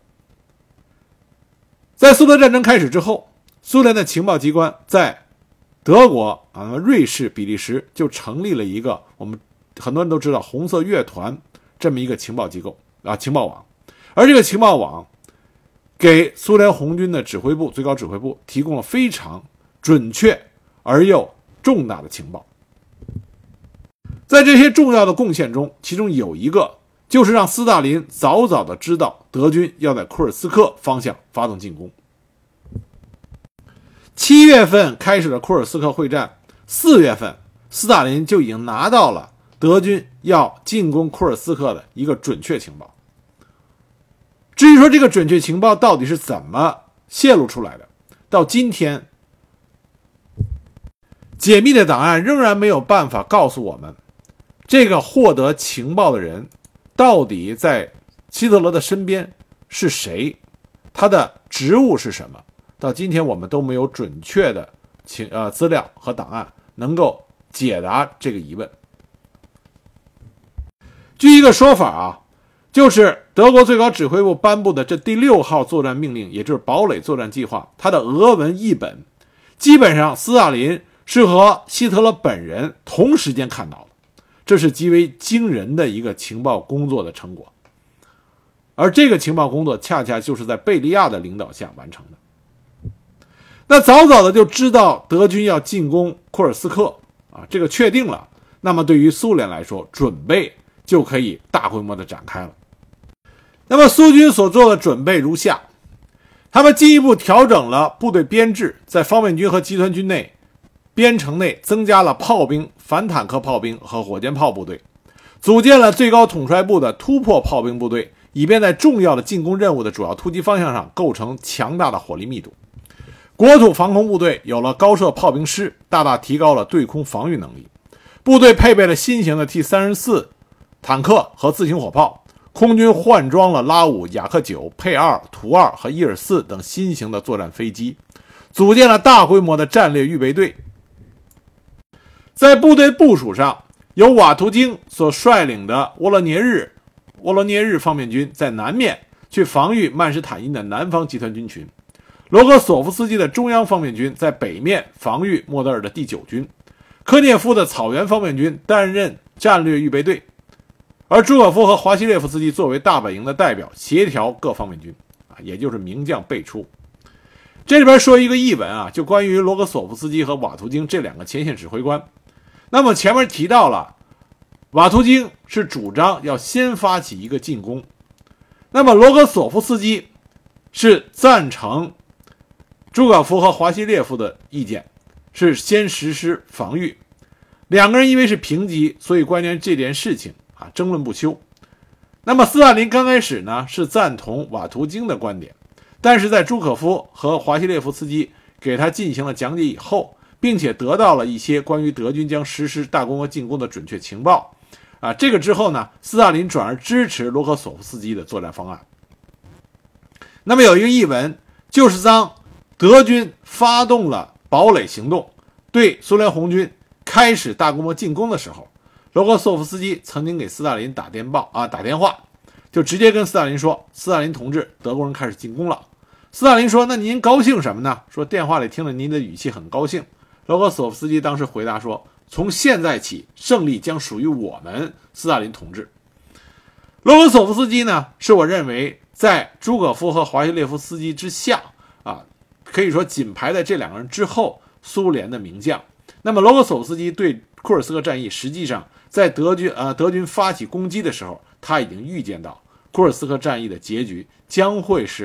在苏德战争开始之后，苏联的情报机关在德国啊、瑞士、比利时就成立了一个我们很多人都知道红色乐团这么一个情报机构啊，情报网。而这个情报网给苏联红军的指挥部、最高指挥部提供了非常准确而又重大的情报。在这些重要的贡献中，其中有一个就是让斯大林早早的知道德军要在库尔斯克方向发动进攻。七月份开始的库尔斯克会战，四月份斯大林就已经拿到了德军要进攻库尔斯克的一个准确情报。至于说这个准确情报到底是怎么泄露出来的，到今天解密的档案仍然没有办法告诉我们这个获得情报的人到底在希特勒的身边是谁，他的职务是什么。到今天我们都没有准确的情呃资料和档案能够解答这个疑问。据一个说法啊，就是德国最高指挥部颁布的这第六号作战命令，也就是堡垒作战计划，它的俄文译本基本上斯大林是和希特勒本人同时间看到的，这是极为惊人的一个情报工作的成果。而这个情报工作恰恰就是在贝利亚的领导下完成的。那早早的就知道德军要进攻库尔斯克啊，这个确定了，那么对于苏联来说，准备就可以大规模的展开了。那么苏军所做的准备如下，他们进一步调整了部队编制，在方面军和集团军内编程内增加了炮兵、反坦克炮兵和火箭炮部队，组建了最高统帅部的突破炮兵部队，以便在重要的进攻任务的主要突击方向上构成强大的火力密度。国土防空部队有了高射炮兵师，大大提高了对空防御能力。部队配备了新型的 T 三十四 坦克和自行火炮，空军换装了拉五、雅克九、佩二、图二和伊尔四等新型的作战飞机，组建了大规模的战略预备队。在部队部署上，由瓦图京所率领的沃罗涅日沃罗涅日方面军在南面去防御曼施坦因的南方集团军群，罗格索夫斯基的中央方面军在北面防御莫德尔的第九军，科涅夫的草原方面军担任战略预备队，而朱可夫和华西列夫斯基作为大本营的代表，协调各方面军啊，也就是名将辈出。这里边说一个译文啊，就关于罗格索夫斯基和瓦图京这两个前线指挥官。那么前面提到了瓦图京是主张要先发起一个进攻，那么罗格索夫斯基是赞成朱可夫和华西列夫的意见，是先实施防御。两个人因为是平级，所以关于这件事情啊争论不休。那么斯大林刚开始呢是赞同瓦图京的观点，但是在朱可夫和华西列夫斯基给他进行了讲解以后，并且得到了一些关于德军将实施大规模进攻的准确情报啊，这个之后呢，斯大林转而支持罗格索夫斯基的作战方案。那么有一个译文，就是当德军发动了堡垒行动，对苏联红军开始大规模进攻的时候，罗格索夫斯基曾经给斯大林打电报啊打电话，就直接跟斯大林说：“斯大林同志，德国人开始进攻了。”斯大林说：“那您高兴什么呢？”说电话里听了您的语气很高兴。罗格索夫斯基当时回答说：“从现在起，胜利将属于我们，斯大林同志。”罗格索夫斯基呢，是我认为在朱可夫和华西列夫斯基之下啊，可以说仅排在这两个人之后，苏联的名将。那么罗格索夫斯基对库尔斯克战役，实际上在德军呃德军发起攻击的时候，他已经预见到库尔斯克战役的结局将会是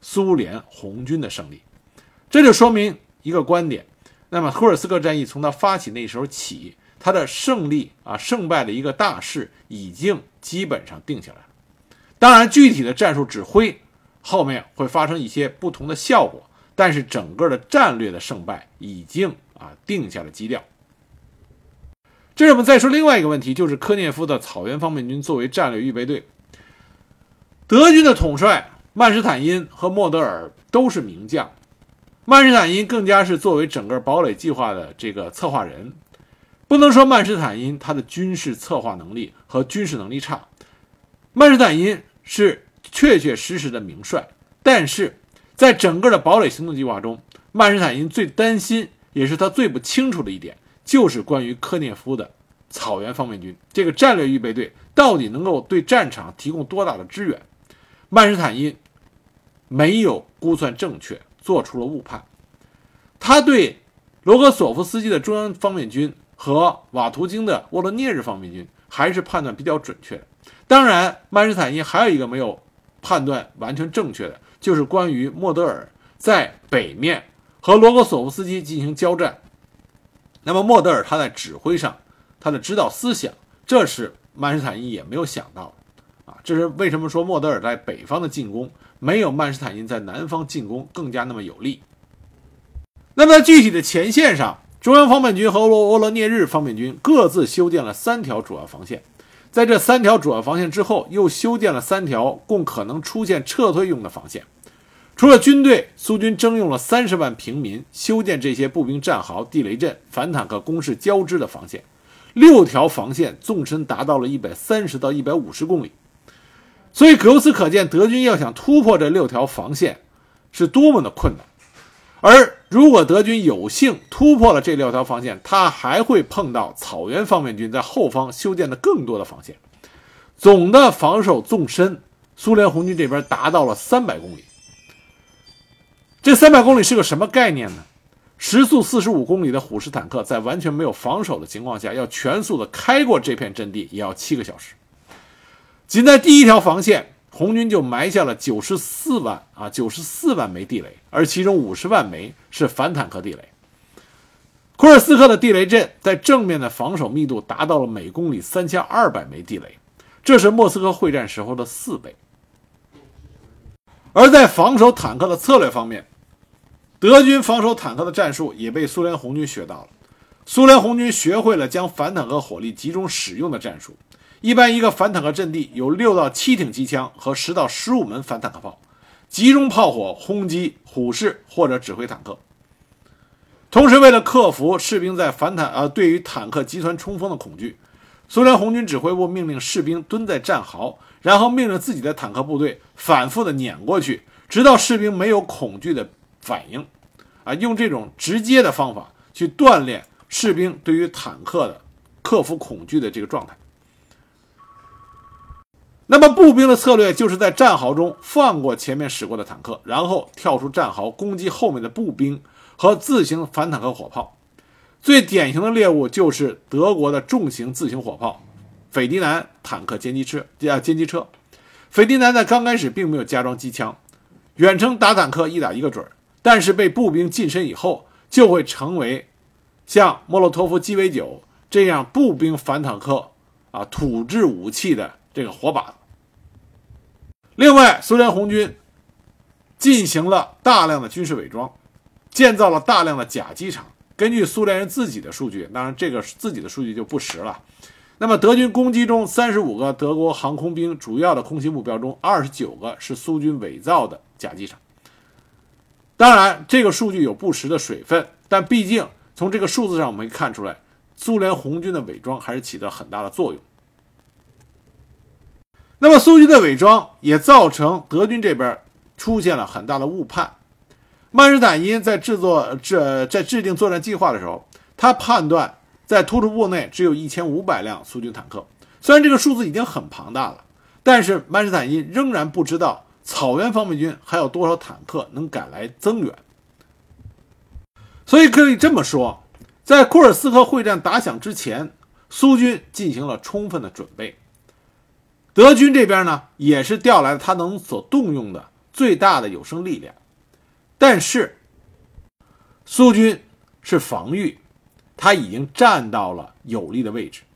苏联红军的胜利。这就说明一个观点，那么库尔斯克战役从它发起那时候起，它的胜利啊胜败的一个大势已经基本上定下来了。当然具体的战术指挥后面会发生一些不同的效果，但是整个的战略的胜败已经啊定下了基调。这是我们再说另外一个问题，就是科涅夫的草原方面军作为战略预备队。德军的统帅曼施坦因和莫德尔都是名将，曼施坦因更加是作为整个堡垒计划的这个策划人。不能说曼施坦因他的军事策划能力和军事能力差，曼施坦因是确确实实的名帅，但是在整个的堡垒行动计划中，曼施坦因最担心也是他最不清楚的一点，就是关于科涅夫的草原方面军这个战略预备队到底能够对战场提供多大的支援。曼施坦因没有估算正确，做出了误判。他对罗格索夫斯基的中央方面军和瓦图京的沃罗涅日方面军还是判断比较准确的。当然曼施坦因还有一个没有判断完全正确的，就是关于莫德尔在北面和罗格索夫斯基进行交战。那么莫德尔他在指挥上，他的指导思想，这是曼施坦因也没有想到的啊！这是为什么说莫德尔在北方的进攻没有曼施坦因在南方进攻更加那么有利。那么在具体的前线上，中央方面军和沃罗涅日方面军各自修建了三条主要防线，在这三条主要防线之后，又修建了三条供可能出现撤退用的防线。除了军队，苏军征用了三十万平民修建这些步兵战壕、地雷阵、反坦克工事交织的防线，六条防线纵深达到了一百三十到一百五十公里。所以由此可见，德军要想突破这六条防线是多么的困难。而如果德军有幸突破了这六条防线，他还会碰到草原方面军在后方修建的更多的防线。总的防守纵深，苏联红军这边达到了三百公里。这三百公里是个什么概念呢？时速四十五公里的虎式坦克在完全没有防守的情况下，要全速的开过这片阵地也要七个小时。仅在第一条防线，红军就埋下了九十四万啊九十四万枚地雷，而其中五十万枚是反坦克地雷。库尔斯克的地雷阵在正面的防守密度达到了每公里三千二百枚地雷，这是莫斯科会战时候的四倍。而在防守坦克的策略方面，德军防守坦克的战术也被苏联红军学到了。苏联红军学会了将反坦克火力集中使用的战术。一般一个反坦克阵地有六到七挺机枪和十到十五门反坦克炮，集中炮火轰击虎式或者指挥坦克。同时为了克服士兵在反坦呃对于坦克集团冲锋的恐惧，苏联红军指挥部命令士兵蹲在战壕，然后命令自己的坦克部队反复的碾过去，直到士兵没有恐惧的反应啊，用这种直接的方法去锻炼士兵对于坦克的克服恐惧的这个状态。那么步兵的策略就是在战壕中放过前面驶过的坦克，然后跳出战壕攻击后面的步兵和自行反坦克火炮。最典型的猎物就是德国的重型自行火炮斐迪南坦克歼击车啊歼击车。斐迪南在刚开始并没有加装机枪，远程打坦克一打一个准，但是被步兵近身以后，就会成为像莫洛托夫鸡尾酒这样步兵反坦克啊土制武器的这个活靶子。另外，苏联红军进行了大量的军事伪装，建造了大量的假机场。根据苏联人自己的数据，当然这个自己的数据就不实了。那么德军攻击中三十五个德国航空兵主要的空袭目标中，二十九个是苏军伪造的假机场。当然这个数据有不实的水分，但毕竟从这个数字上我们可以看出来，苏联红军的伪装还是起到很大的作用。那么苏军的伪装也造成德军这边出现了很大的误判。曼施坦因在制作这在制定作战计划的时候，他判断在突出部内只有一千五百辆苏军坦克。虽然这个数字已经很庞大了，但是曼施坦因仍然不知道草原方面军还有多少坦克能赶来增援。所以可以这么说，在库尔斯克会战打响之前，苏军进行了充分的准备。德军这边呢，也是调来了他能所动用的最大的有生力量。但是苏军是防御，他已经站到了有利的位置。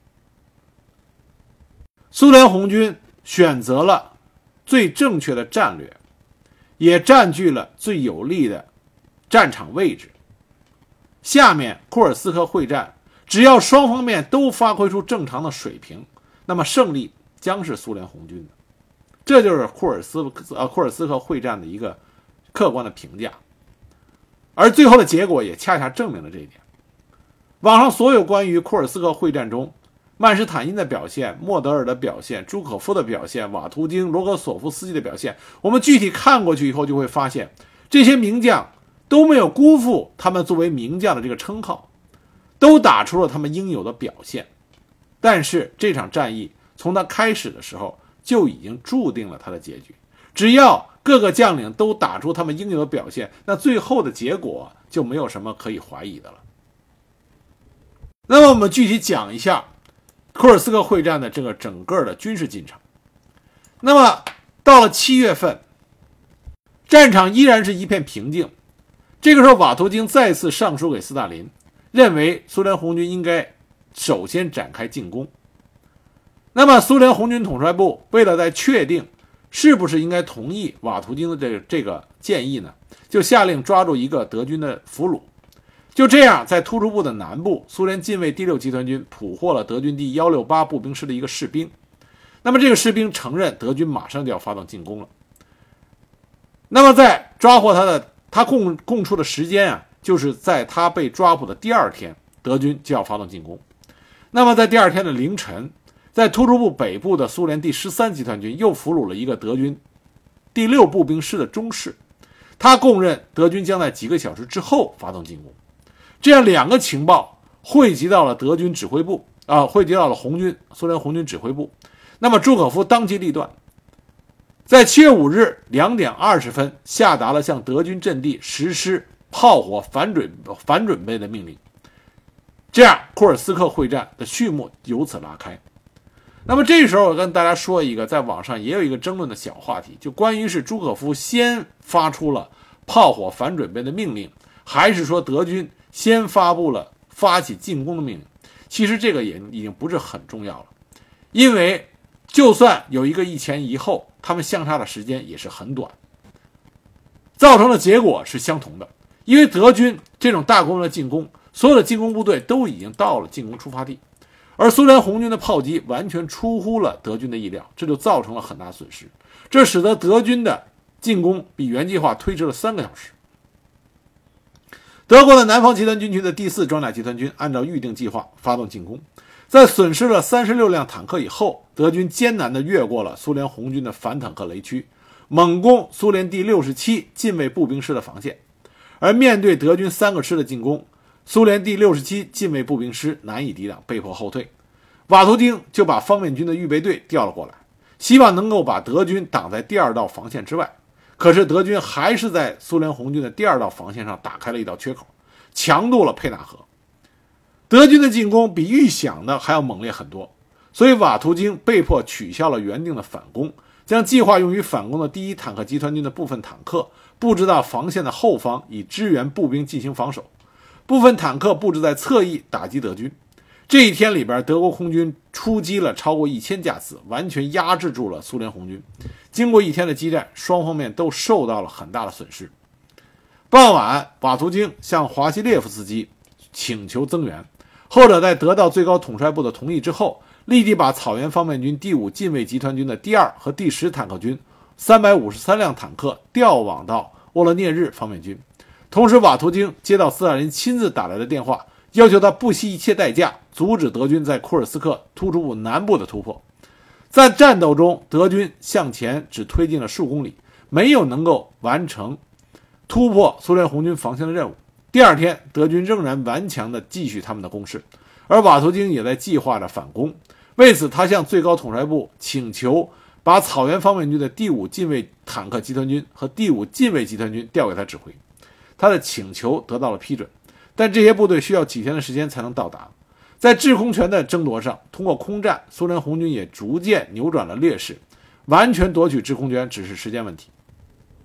苏联红军选择了最正确的战略，也占据了最有利的战场位置。下面库尔斯克会战，只要双方面都发挥出正常的水平，那么胜利将是苏联红军的。这就是库尔斯呃库尔斯克会战的一个客观的评价，而最后的结果也恰恰证明了这一点。网上所有关于库尔斯克会战中曼施坦因的表现、莫德尔的表现、朱可夫的表现、瓦图京、罗格索夫斯基的表现，我们具体看过去以后就会发现，这些名将都没有辜负他们作为名将的这个称号，都打出了他们应有的表现。但是这场战役从它开始的时候就已经注定了它的结局，只要各个将领都打出他们应有的表现，那最后的结果就没有什么可以怀疑的了。那么我们具体讲一下库尔斯克会战的这个整个的军事进程。那么到了七月份，战场依然是一片平静。这个时候瓦图京再次上书给斯大林，认为苏联红军应该首先展开进攻。那么苏联红军统帅部为了在确定是不是应该同意瓦图京的这个这个建议呢，就下令抓住一个德军的俘虏。就这样，在突出部的南部，苏联近卫第六集团军捕获了德军第一百六十八步兵师的一个士兵。那么这个士兵承认德军马上就要发动进攻了。那么在抓获他的他供供出的时间啊，就是在他被抓捕的第二天，德军就要发动进攻。那么在第二天的凌晨，在突出部北部的苏联第十三集团军又俘虏了一个德军第六步兵师的中士，他供认德军将在几个小时之后发动进攻。这样两个情报汇集到了德军指挥部啊，汇集到了红军苏联红军指挥部。那么朱可夫当机立断，在七月五日两点二十分下达了向德军阵地实施炮火反准反准备的命令。这样库尔斯克会战的序幕由此拉开。那么这时候我跟大家说一个在网上也有一个争论的小话题，就关于是朱可夫先发出了炮火反准备的命令，还是说德军先发布了发起进攻的命令。其实这个也已经不是很重要了，因为就算有一个一前一后，他们相差的时间也是很短，造成的结果是相同的。因为德军这种大规模的进攻，所有的进攻部队都已经到了进攻出发地，而苏联红军的炮击完全出乎了德军的意料，这就造成了很大损失，这使得德军的进攻比原计划推迟了三个小时。德国的南方集团军区的第四装甲集团军按照预定计划发动进攻，在损失了三十六辆坦克以后，德军艰难地越过了苏联红军的反坦克雷区，猛攻苏联第六十七近卫步兵师的防线。而面对德军三个师的进攻，苏联第六十七近卫步兵师难以抵挡，被迫后退。瓦图京就把方面军的预备队调了过来，希望能够把德军挡在第二道防线之外。可是德军还是在苏联红军的第二道防线上打开了一道缺口，强渡了佩纳河。德军的进攻比预想的还要猛烈很多，所以瓦图京被迫取消了原定的反攻，将计划用于反攻的第一坦克集团军的部分坦克布置到防线的后方，以支援步兵进行防守。部分坦克布置在侧翼打击德军。这一天里边，德国空军出击了超过一千架次，完全压制住了苏联红军。经过一天的激战，双方面都受到了很大的损失。傍晚，瓦图京向华西列夫斯基请求增援，后者在得到最高统帅部的同意之后，立即把草原方面军第五近卫集团军的第二和第十坦克军三百五十三辆坦克调往到沃罗涅日方面军。同时，瓦图京接到斯大林亲自打来的电话，要求他不惜一切代价阻止德军在库尔斯克突出部南部的突破。在战斗中，德军向前只推进了数公里，没有能够完成突破苏联红军防线的任务。第二天，德军仍然顽强地继续他们的攻势，而瓦图京也在计划着反攻。为此，他向最高统帅部请求把草原方面军的第五近卫坦克集团军和第五近卫集团军调给他指挥。他的请求得到了批准，但这些部队需要几天的时间才能到达。在制空权的争夺上，通过空战，苏联红军也逐渐扭转了劣势，完全夺取制空权只是时间问题。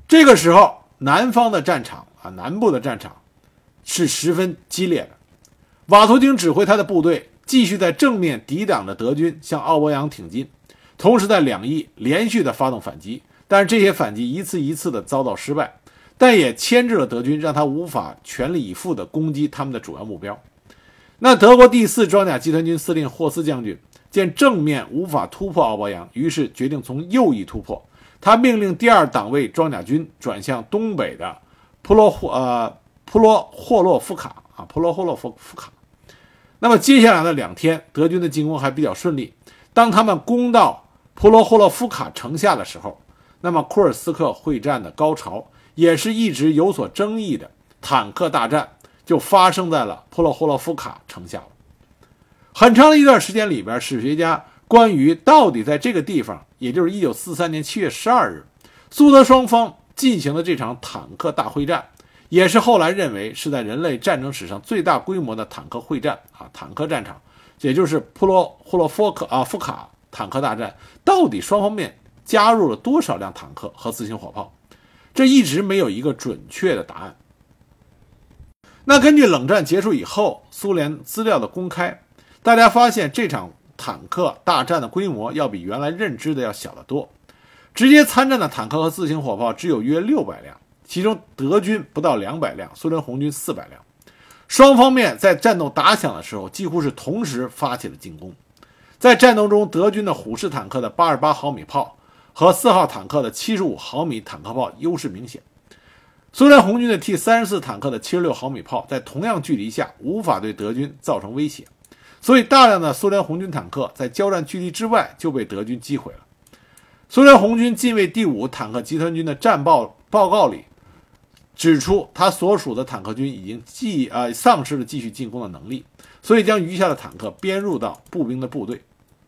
这个时候，南方的战场啊，南部的战场是十分激烈的。瓦图廷指挥他的部队继续在正面抵挡着德军向奥博扬挺进，同时在两翼连续的发动反击，但是这些反击一次一次的遭到失败，但也牵制了德军，让他无法全力以赴的攻击他们的主要目标。那德国第四装甲集团军司令霍斯将军见正面无法突破奥博扬，于是决定从右翼突破。他命令第二党卫装甲军转向东北的普罗霍呃普罗霍洛夫卡啊普罗霍洛夫夫卡。那么接下来的两天，德军的进攻还比较顺利。当他们攻到普罗霍洛夫卡城下的时候，那么库尔斯克会战的高潮，也是一直有所争议的坦克大战，就发生在了普罗霍洛夫卡城下了。很长的一段时间里边，史学家关于到底在这个地方，也就是一九四三年七月十二日，苏德双方进行的这场坦克大会战，也是后来认为是在人类战争史上最大规模的坦克会战啊，坦克战场，也就是普罗霍洛夫克啊夫卡坦克大战，到底双方面加入了多少辆坦克和自行火炮，这一直没有一个准确的答案。那根据冷战结束以后苏联资料的公开，大家发现这场坦克大战的规模要比原来认知的要小得多，直接参战的坦克和自行火炮只有约六百辆，其中德军不到两百辆，苏联红军四百辆。双方面在战斗打响的时候几乎是同时发起了进攻。在战斗中，德军的虎式坦克的八十八毫米炮和四号坦克的七十五毫米坦克炮优势明显，苏联红军的 T 三十四 坦克的七十六毫米炮在同样距离下无法对德军造成威胁，所以大量的苏联红军坦克在交战距离之外就被德军击毁了。苏联红军近卫第五坦克集团军的战报报告里指出，他所属的坦克军已经继呃丧失了继续进攻的能力，所以将余下的坦克编入到步兵的部队。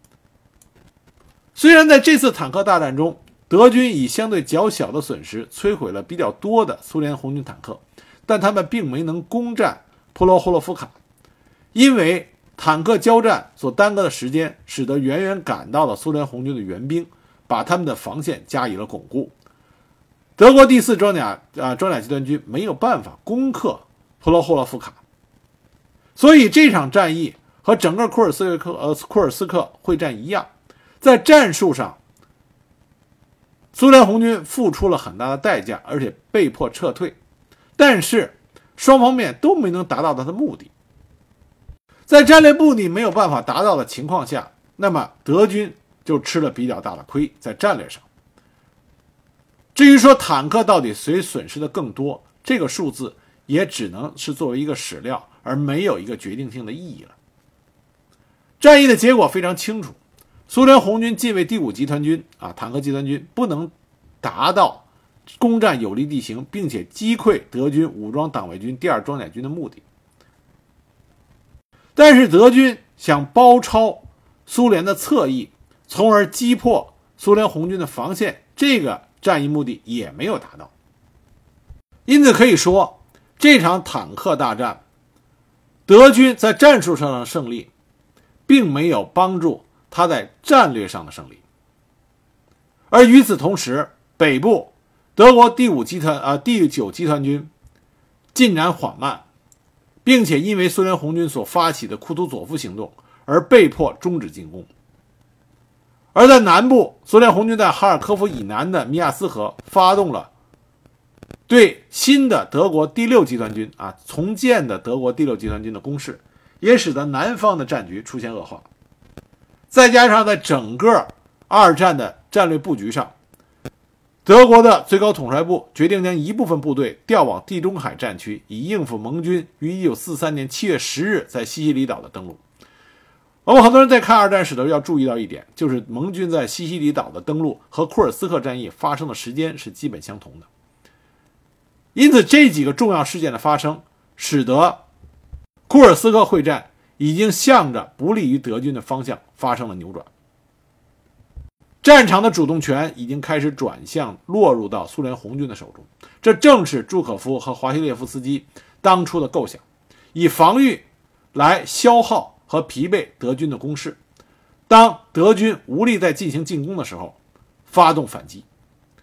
虽然在这次坦克大战中，德军以相对较小的损失摧毁了比较多的苏联红军坦克，但他们并没能攻占普罗霍洛夫卡，因为坦克交战所耽搁的时间，使得远远赶到了苏联红军的援兵把他们的防线加以了巩固。德国第四装甲啊装甲集团军没有办法攻克普罗霍洛夫卡，所以这场战役和整个库尔斯克呃库尔斯克会战一样，在战术上苏联红军付出了很大的代价，而且被迫撤退，但是双方面都没能达到他的目的。在战略目的没有办法达到的情况下，那么德军就吃了比较大的亏，在战略上。至于说坦克到底谁损失的更多，这个数字也只能是作为一个史料，而没有一个决定性的意义了。战役的结果非常清楚，苏联红军近卫第五集团军啊坦克集团军不能达到攻占有利地形并且击溃德军武装党卫军第二装甲军的目的。但是德军想包抄苏联的侧翼，从而击破苏联红军的防线，这个战役目的也没有达到。因此可以说，这场坦克大战，德军在战术上的胜利并没有帮助他在战略上的胜利。而与此同时，北部德国第五集团啊第九集团军进展缓慢，并且因为苏联红军所发起的库图佐夫行动而被迫终止进攻。而在南部，苏联红军在哈尔科夫以南的米亚斯河发动了对新的德国第六集团军啊重建的德国第六集团军的攻势，也使得南方的战局出现恶化。再加上在整个二战的战略布局上，德国的最高统帅部决定将一部分部队调往地中海战区，以应付盟军于一九四三年七月十日在西西里岛的登陆。我们很多人在看二战史的时候要注意到一点，就是盟军在西西里岛的登陆和库尔斯克战役发生的时间是基本相同的。因此这几个重要事件的发生，使得库尔斯克会战已经向着不利于德军的方向发生了扭转。战场的主动权已经开始转向落入到苏联红军的手中，这正是朱可夫和华西列夫斯基当初的构想，以防御来消耗和疲惫德军的攻势，当德军无力再进行进攻的时候发动反击。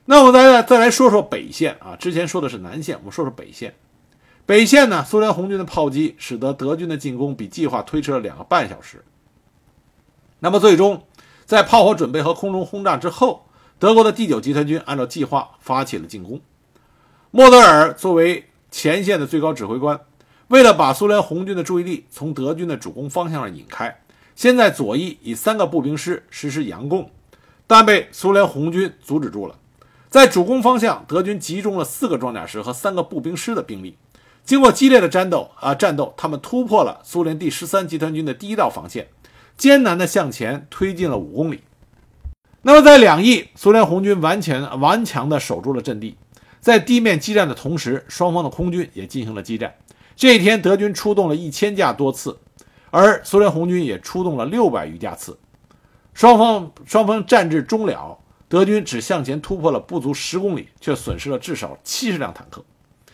那我们再再来说说北线啊，之前说的是南线，我们说说北线。北线呢，苏联红军的炮击使得德军的进攻比计划推迟了两个半小时。那么最终在炮火准备和空中轰炸之后，德国的第九集团军按照计划发起了进攻。莫德尔作为前线的最高指挥官，为了把苏联红军的注意力从德军的主攻方向上引开，先在左翼以三个步兵师实施佯攻，但被苏联红军阻止住了。在主攻方向，德军集中了四个装甲师和三个步兵师的兵力。经过激烈的战斗啊战斗，他们突破了苏联第十三集团军的第一道防线，艰难地向前推进了五公里。那么在两翼，苏联红军顽强顽强地守住了阵地。在地面激战的同时，双方的空军也进行了激战。这一天，德军出动了一千架多次，而苏联红军也出动了六百余架次。双方双方战至终了，德军只向前突破了不足十公里，却损失了至少七十辆坦克。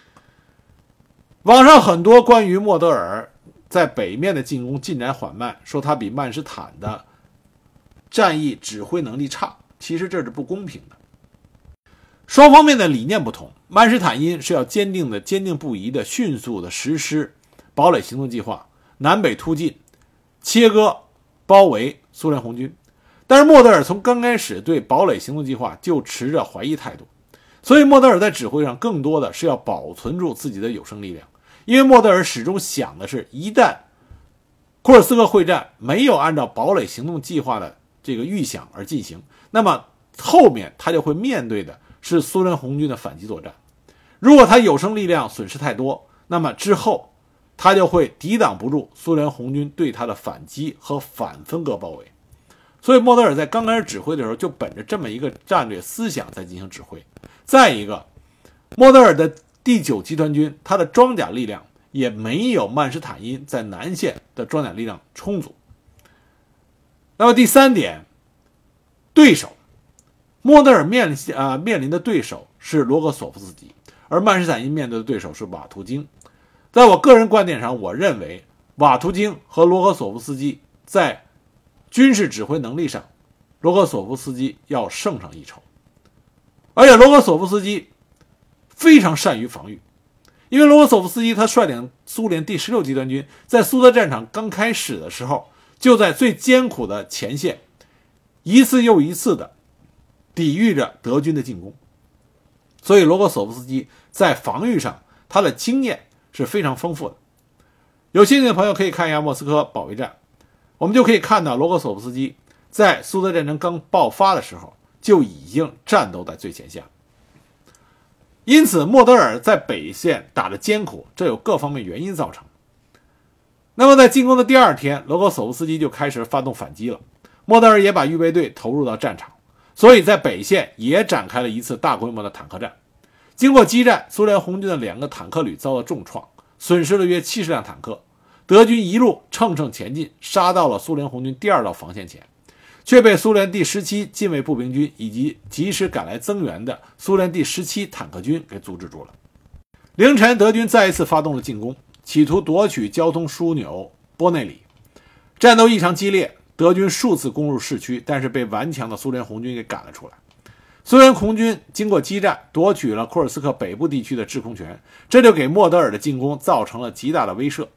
网上很多关于莫德尔在北面的进攻进展缓慢，说他比曼施坦的战役指挥能力差，其实这是不公平的。双方面的理念不同，曼施坦因是要坚定的、坚定不移的、迅速的实施堡垒行动计划，南北突进，切割、包围苏联红军。但是莫德尔从刚开始对堡垒行动计划就持着怀疑态度，所以莫德尔在指挥上更多的是要保存住自己的有生力量。因为莫德尔始终想的是，一旦库尔斯克会战没有按照堡垒行动计划的这个预想而进行，那么后面他就会面对的是苏联红军的反击作战。如果他有生力量损失太多，那么之后他就会抵挡不住苏联红军对他的反击和反分割包围。所以莫德尔在刚开始指挥的时候就本着这么一个战略思想在进行指挥。再一个，莫德尔的第九集团军他的装甲力量也没有曼施坦因在南线的装甲力量充足。那么第三点，对手莫德尔面临、呃、面临的对手是罗格索夫斯基，而曼施坦因面对的对手是瓦图京。在我个人观点上，我认为瓦图京和罗格索夫斯基在军事指挥能力上，罗格索夫斯基要胜上一筹。而且罗格索夫斯基非常善于防御，因为罗格索夫斯基他率领苏联第十六集团军在苏德战场刚开始的时候，就在最艰苦的前线一次又一次的抵御着德军的进攻。所以罗格索夫斯基在防御上他的经验是非常丰富的。有兴趣的朋友可以看一下莫斯科保卫战，我们就可以看到罗格索夫斯基在苏德战争刚爆发的时候就已经战斗在最前线。因此莫德尔在北线打得艰苦，这有各方面原因造成。那么在进攻的第二天，罗格索夫斯基就开始发动反击了，莫德尔也把预备队投入到战场，所以在北线也展开了一次大规模的坦克战。经过激战，苏联红军的两个坦克旅遭到重创，损失了约七十辆坦克。德军一路乘胜前进，杀到了苏联红军第二道防线前，却被苏联第十七近卫步兵军以及及时赶来增援的苏联第十七坦克军给阻止住了。凌晨，德军再一次发动了进攻，企图夺取交通枢纽波内里。战斗异常激烈，德军数次攻入市区，但是被顽强的苏联红军给赶了出来。苏联红军经过激战，夺取了库尔斯克北部地区的制空权，这就给莫德尔的进攻造成了极大的威慑。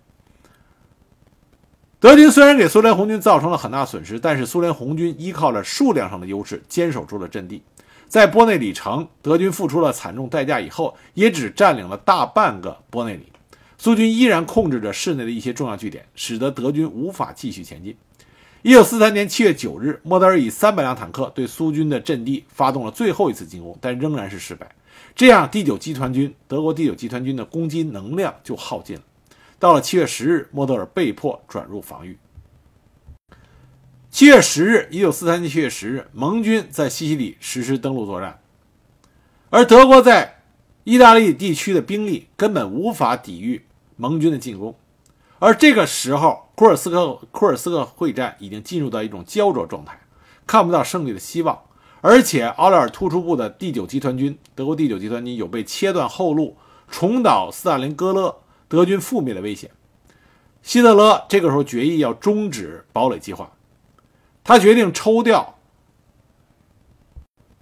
德军虽然给苏联红军造成了很大损失，但是苏联红军依靠着数量上的优势坚守住了阵地。在波内里城，德军付出了惨重代价以后，也只占领了大半个波内里，苏军依然控制着市内的一些重要据点，使得德军无法继续前进。一九四三年七月九日，莫德尔以三百辆坦克对苏军的阵地发动了最后一次进攻，但仍然是失败。这样第九集团军德国第九集团军的攻击能量就耗尽了。到了七月十日，莫德尔被迫转入防御。七月十日，一九四三年七月十日，盟军在西西里实施登陆作战，而德国在意大利地区的兵力根本无法抵御盟军的进攻。而这个时候，库尔斯克库尔斯克会战已经进入到一种焦灼状态，看不到胜利的希望。而且奥勒尔突出部的第九集团军，德国第九集团军有被切断后路、重蹈斯大林格勒德军覆灭的危险。希特勒这个时候决议要终止堡垒计划，他决定抽调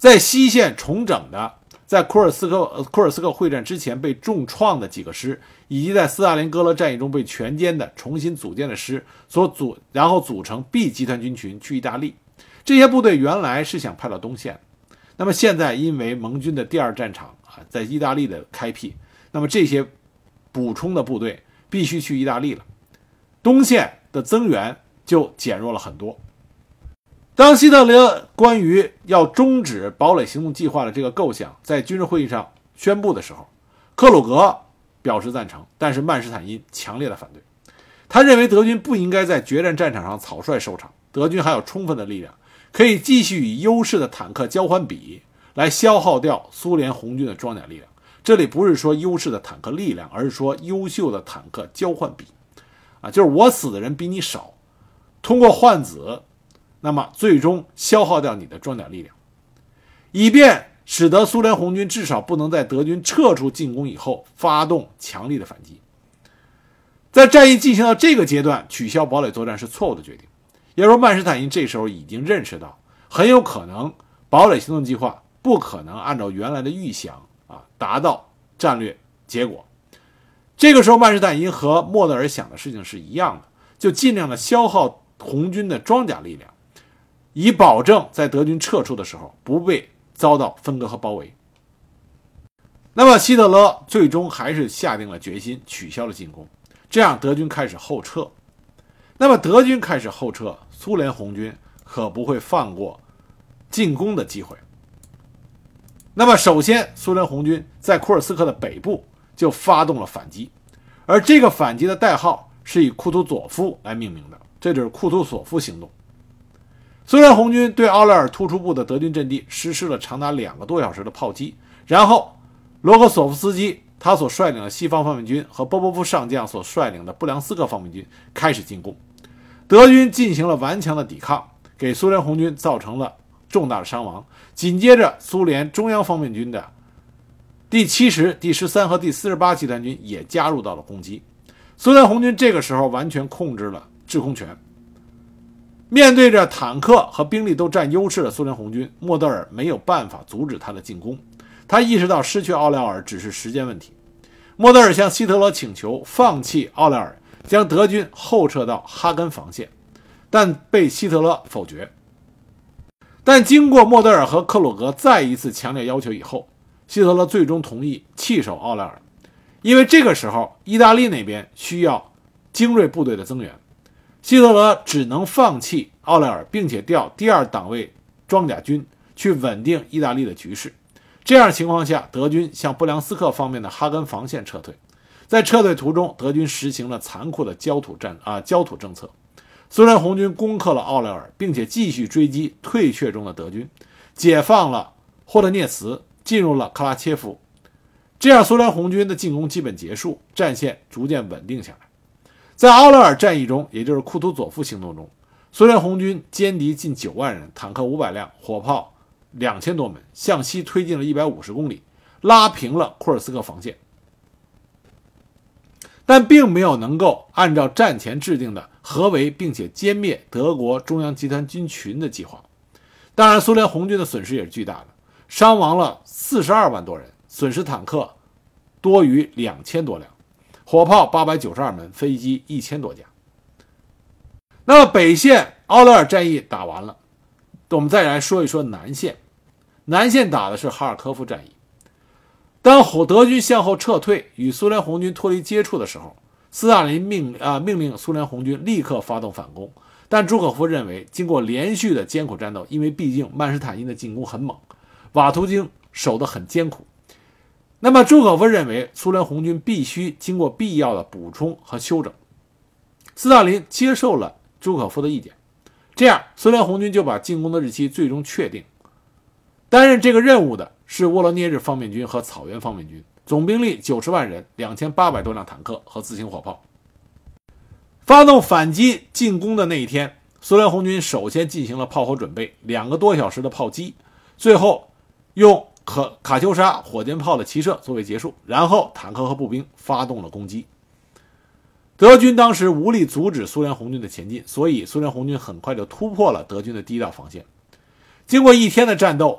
在西线重整的，在库尔斯克、呃、库尔斯克会战之前被重创的几个师，以及在斯大林格勒战役中被全歼的重新组建的师所组，然后组成 B 集团军群去意大利。这些部队原来是想派到东线，那么现在因为盟军的第二战场啊在意大利的开辟，那么这些补充的部队必须去意大利了，东线的增援就减弱了很多。当希特勒关于要终止堡垒行动计划的这个构想在军事会议上宣布的时候，克鲁格表示赞成，但是曼施坦因强烈的反对。他认为德军不应该在决战战场上草率收场，德军还有充分的力量可以继续以优势的坦克交换比来消耗掉苏联红军的装甲力量。这里不是说优势的坦克力量，而是说优秀的坦克交换比啊，就是我死的人比你少，通过换子那么最终消耗掉你的装甲力量，以便使得苏联红军至少不能在德军撤出进攻以后发动强力的反击。在战役进行到这个阶段，取消堡垒作战是错误的决定。也就是说，曼施坦因这时候已经认识到，很有可能堡垒行动计划不可能按照原来的预想啊达到战略结果。这个时候，曼施坦因和莫德尔想的事情是一样的，就尽量的消耗红军的装甲力量，以保证在德军撤出的时候不被遭到分割和包围。那么希特勒最终还是下定了决心，取消了进攻，这样德军开始后撤。那么德军开始后撤，苏联红军可不会放过进攻的机会。那么首先，苏联红军在库尔斯克的北部就发动了反击，而这个反击的代号是以库图佐夫来命名的，这就是库图佐夫行动。苏联红军对奥莱尔突出部的德军阵地实施了长达两个多小时的炮击，然后罗科索夫斯基他所率领的西方方面军和波波夫上将所率领的布良斯克方面军开始进攻。德军进行了顽强的抵抗，给苏联红军造成了重大的伤亡。紧接着，苏联中央方面军的第七十、第十三和第四十八集团军也加入到了攻击。苏联红军这个时候完全控制了制空权。面对着坦克和兵力都占优势的苏联红军，莫德尔没有办法阻止他的进攻。他意识到失去奥莱尔只是时间问题。莫德尔向希特勒请求放弃奥莱尔，将德军后撤到哈根防线，但被希特勒否决。但经过莫德尔和克鲁格再一次强烈要求以后，希特勒最终同意弃守奥莱尔，因为这个时候意大利那边需要精锐部队的增援，希特勒只能放弃奥莱尔，并且调第二党卫装甲军去稳定意大利的局势。这样的情况下，德军向布良斯克方面的哈根防线撤退。在撤退途中，德军实行了残酷的焦土战啊焦土政策。苏联红军攻克了奥莱尔，并且继续追击退却中的德军，解放了霍德涅茨，进入了克拉切夫。这样，苏联红军的进攻基本结束，战线逐渐稳定下来。在奥莱尔战役中，也就是库图佐夫行动中，苏联红军歼敌近九万人，坦克五百辆，火炮两千多门，向西推进了一百五十公里，拉平了库尔斯克防线，但并没有能够按照战前制定的合围并且歼灭德国中央集团军群的计划。当然，苏联红军的损失也是巨大的，伤亡了四十二万多人，损失坦克多于两千多辆，火炮八百九十二门，飞机一千多架。那么北线奥莱尔战役打完了，我们再来说一说南线。南线打的是哈尔科夫战役。当德军向后撤退，与苏联红军脱离接触的时候，斯大林命啊命令苏联红军立刻发动反攻。但朱可夫认为，经过连续的艰苦战斗，因为毕竟曼施坦因的进攻很猛，瓦图京守得很艰苦，那么朱可夫认为苏联红军必须经过必要的补充和休整。斯大林接受了朱可夫的意见，这样苏联红军就把进攻的日期最终确定。担任这个任务的是沃罗涅日方面军和草原方面军，总兵力九十万人，两千八百多辆坦克和自行火炮。发动反击进攻的那一天，苏联红军首先进行了炮火准备，两个多小时的炮击，最后用可卡秋莎火箭炮的齐射作为结束，然后坦克和步兵发动了攻击。德军当时无力阻止苏联红军的前进，所以苏联红军很快就突破了德军的第一道防线。经过一天的战斗，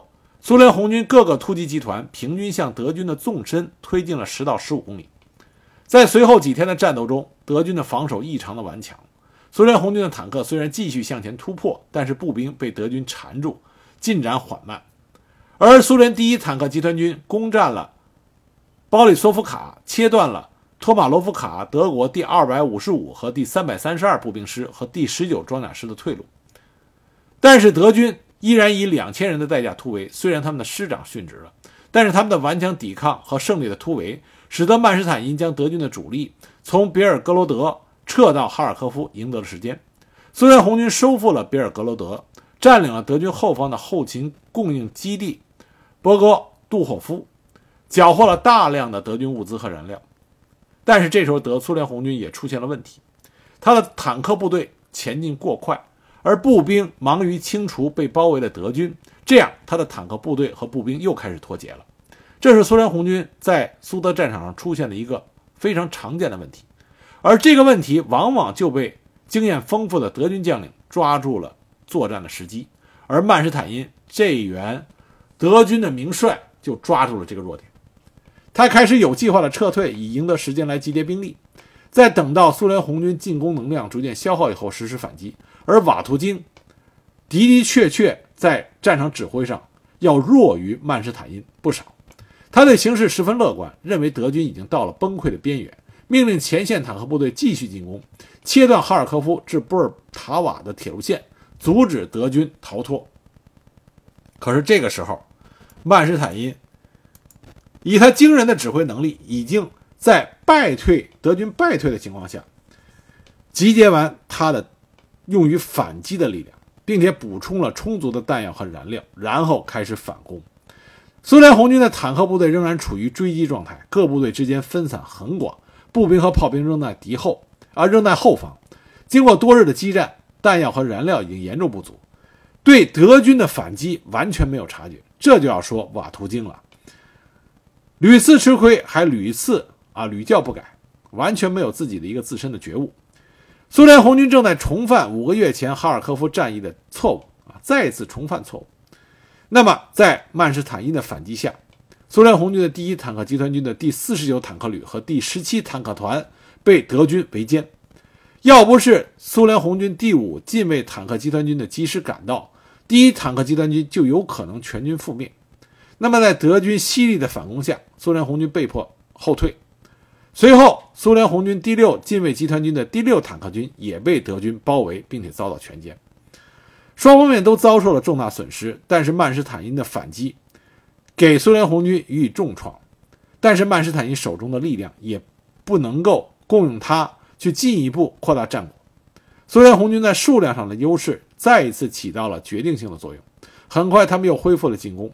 苏联红军各个突击集团平均向德军的纵深推进了十到十五公里。在随后几天的战斗中，德军的防守异常的顽强。苏联红军的坦克虽然继续向前突破，但是步兵被德军缠住，进展缓慢。而苏联第一坦克集团军攻占了鲍里索夫卡，切断了托马罗夫卡德国第二百五十五和第三百三十二步兵师和第十九装甲师的退路。但是德军依然以两千人的代价突围，虽然他们的师长殉职了，但是他们的顽强抵抗和胜利的突围，使得曼施坦因将德军的主力从别尔格罗德撤到哈尔科夫，赢得了时间。苏联红军收复了别尔格罗德，占领了德军后方的后勤供应基地博格杜霍夫，缴获了大量的德军物资和燃料。但是这时候德苏联红军也出现了问题，他的坦克部队前进过快，而步兵忙于清除被包围的德军，这样他的坦克部队和步兵又开始脱节了。这是苏联红军在苏德战场上出现的一个非常常见的问题，而这个问题往往就被经验丰富的德军将领抓住了作战的时机，而曼施坦因这员德军的名帅就抓住了这个弱点，他开始有计划的撤退，以赢得时间来集结兵力，在等到苏联红军进攻能量逐渐消耗以后实施反击。而瓦图金的的确确在战场指挥上要弱于曼施坦因不少，他对形势十分乐观，认为德军已经到了崩溃的边缘，命令前线坦克部队继续进攻，切断哈尔科夫至波尔塔瓦的铁路线，阻止德军逃脱。可是这个时候，曼施坦因以他惊人的指挥能力，已经在败退德军败退的情况下，集结完他的用于反击的力量，并且补充了充足的弹药和燃料，然后开始反攻。苏联红军的坦克部队仍然处于追击状态，各部队之间分散很广，步兵和炮兵仍在敌后，而仍在后方。经过多日的激战，弹药和燃料已经严重不足，对德军的反击完全没有察觉。这就要说瓦图京了，屡次吃亏，还屡次啊屡教不改，完全没有自己的一个自身的觉悟。苏联红军正在重犯五个月前哈尔科夫战役的错误啊，再次重犯错误。那么在曼施坦因的反击下，苏联红军的第一坦克集团军的第四十九坦克旅和第十七坦克团被德军围歼。要不是苏联红军第五近卫坦克集团军的及时赶到，第一坦克集团军就有可能全军覆灭。那么在德军犀利的反攻下，苏联红军被迫后退。随后苏联红军第六近卫集团军的第六坦克军也被德军包围，并且遭到全歼。双方面都遭受了重大损失，但是曼施坦因的反击给苏联红军予以重创，但是曼施坦因手中的力量也不能够供应他去进一步扩大战果。苏联红军在数量上的优势再一次起到了决定性的作用，很快他们又恢复了进攻。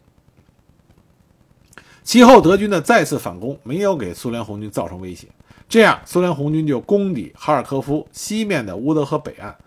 其后德军的再次反攻没有给苏联红军造成威胁，这样苏联红军就攻抵哈尔科夫西面的乌德河北岸，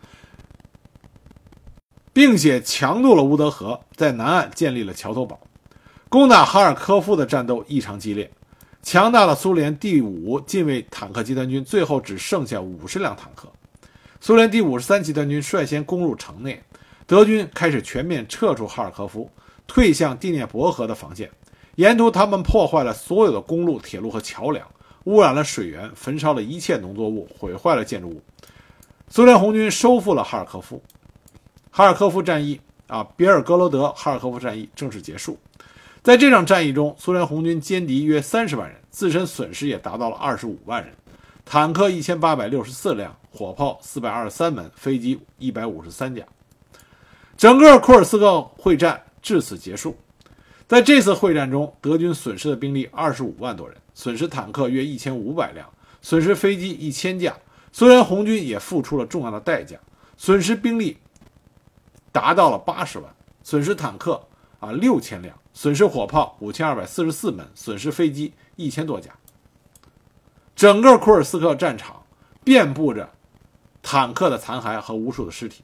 并且强渡了乌德河，在南岸建立了桥头堡。攻打哈尔科夫的战斗异常激烈，强大的苏联第五近卫坦克集团军最后只剩下五十辆坦克。苏联第五十三集团军率先攻入城内，德军开始全面撤出哈尔科夫，退向第聂伯河的防线。沿途他们破坏了所有的公路、铁路和桥梁，污染了水源，焚烧了一切农作物，毁坏了建筑物。苏联红军收复了哈尔科夫。哈尔科夫战役啊，别尔格罗德哈尔科夫战役正式结束。在这场战役中，苏联红军歼敌约三十万人，自身损失也达到了二十五万人，坦克一千八百六十四辆，火炮四百二十三门，飞机一百五十三架。整个库尔斯克会战至此结束。在这次会战中，德军损失的兵力二十五万多人，损失坦克约一千五百辆，损失飞机一千架。苏联红军也付出了重要的代价，损失兵力达到了八十万，损失坦克啊六千辆，损失火炮五千二百四十四门，损失飞机一千多架。整个库尔斯克战场遍布着坦克的残骸和无数的尸体。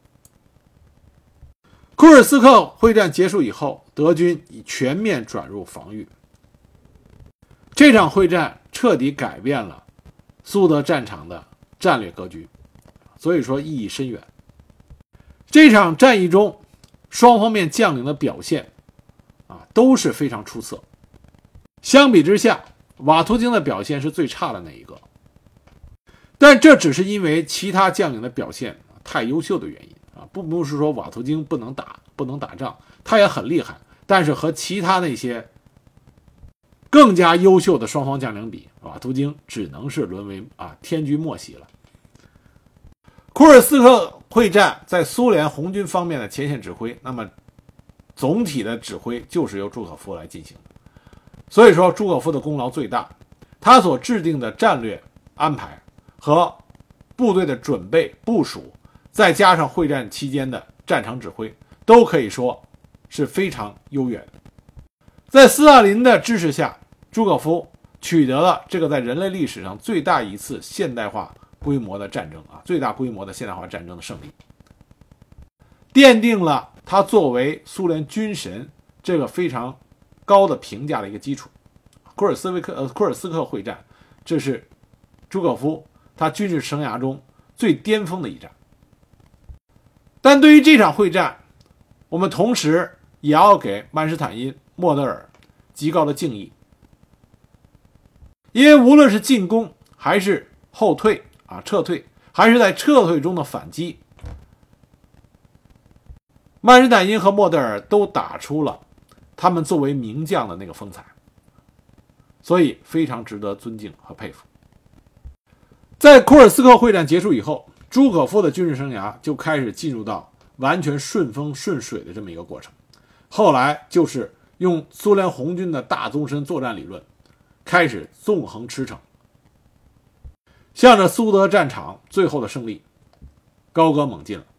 库尔斯克会战结束以后，德军已全面转入防御。这场会战彻底改变了苏德战场的战略格局，所以说意义深远。这场战役中，双方面将领的表现啊都是非常出色。相比之下，瓦图京的表现是最差的那一个，但这只是因为其他将领的表现太优秀的原因啊，并不是说瓦图京不能打不能打仗，他也很厉害，但是和其他那些更加优秀的双方将领比，瓦图京只能是沦为啊天居末席了。库尔斯克会战在苏联红军方面的前线指挥，那么总体的指挥就是由朱可夫来进行的，所以说朱可夫的功劳最大，他所制定的战略安排和部队的准备部署，再加上会战期间的战场指挥，都可以说是非常优越的。在斯大林的支持下，朱可夫取得了这个在人类历史上最大一次现代化规模的战争啊，最大规模的现代化战争的胜利，奠定了他作为苏联军神这个非常高的评价的一个基础。库尔斯维克呃库尔斯克会战，这是朱可夫他军事生涯中最巅峰的一战。但对于这场会战，我们同时也要给曼施坦因、莫德尔极高的敬意，因为无论是进攻还是后退啊撤退，还是在撤退中的反击，曼施坦因和莫德尔都打出了他们作为名将的那个风采，所以非常值得尊敬和佩服。在库尔斯克会战结束以后，朱可夫的军事生涯就开始进入到完全顺风顺水的这么一个过程。后来就是用苏联红军的大纵深作战理论，开始纵横驰骋，向着苏德战场最后的胜利高歌猛进了。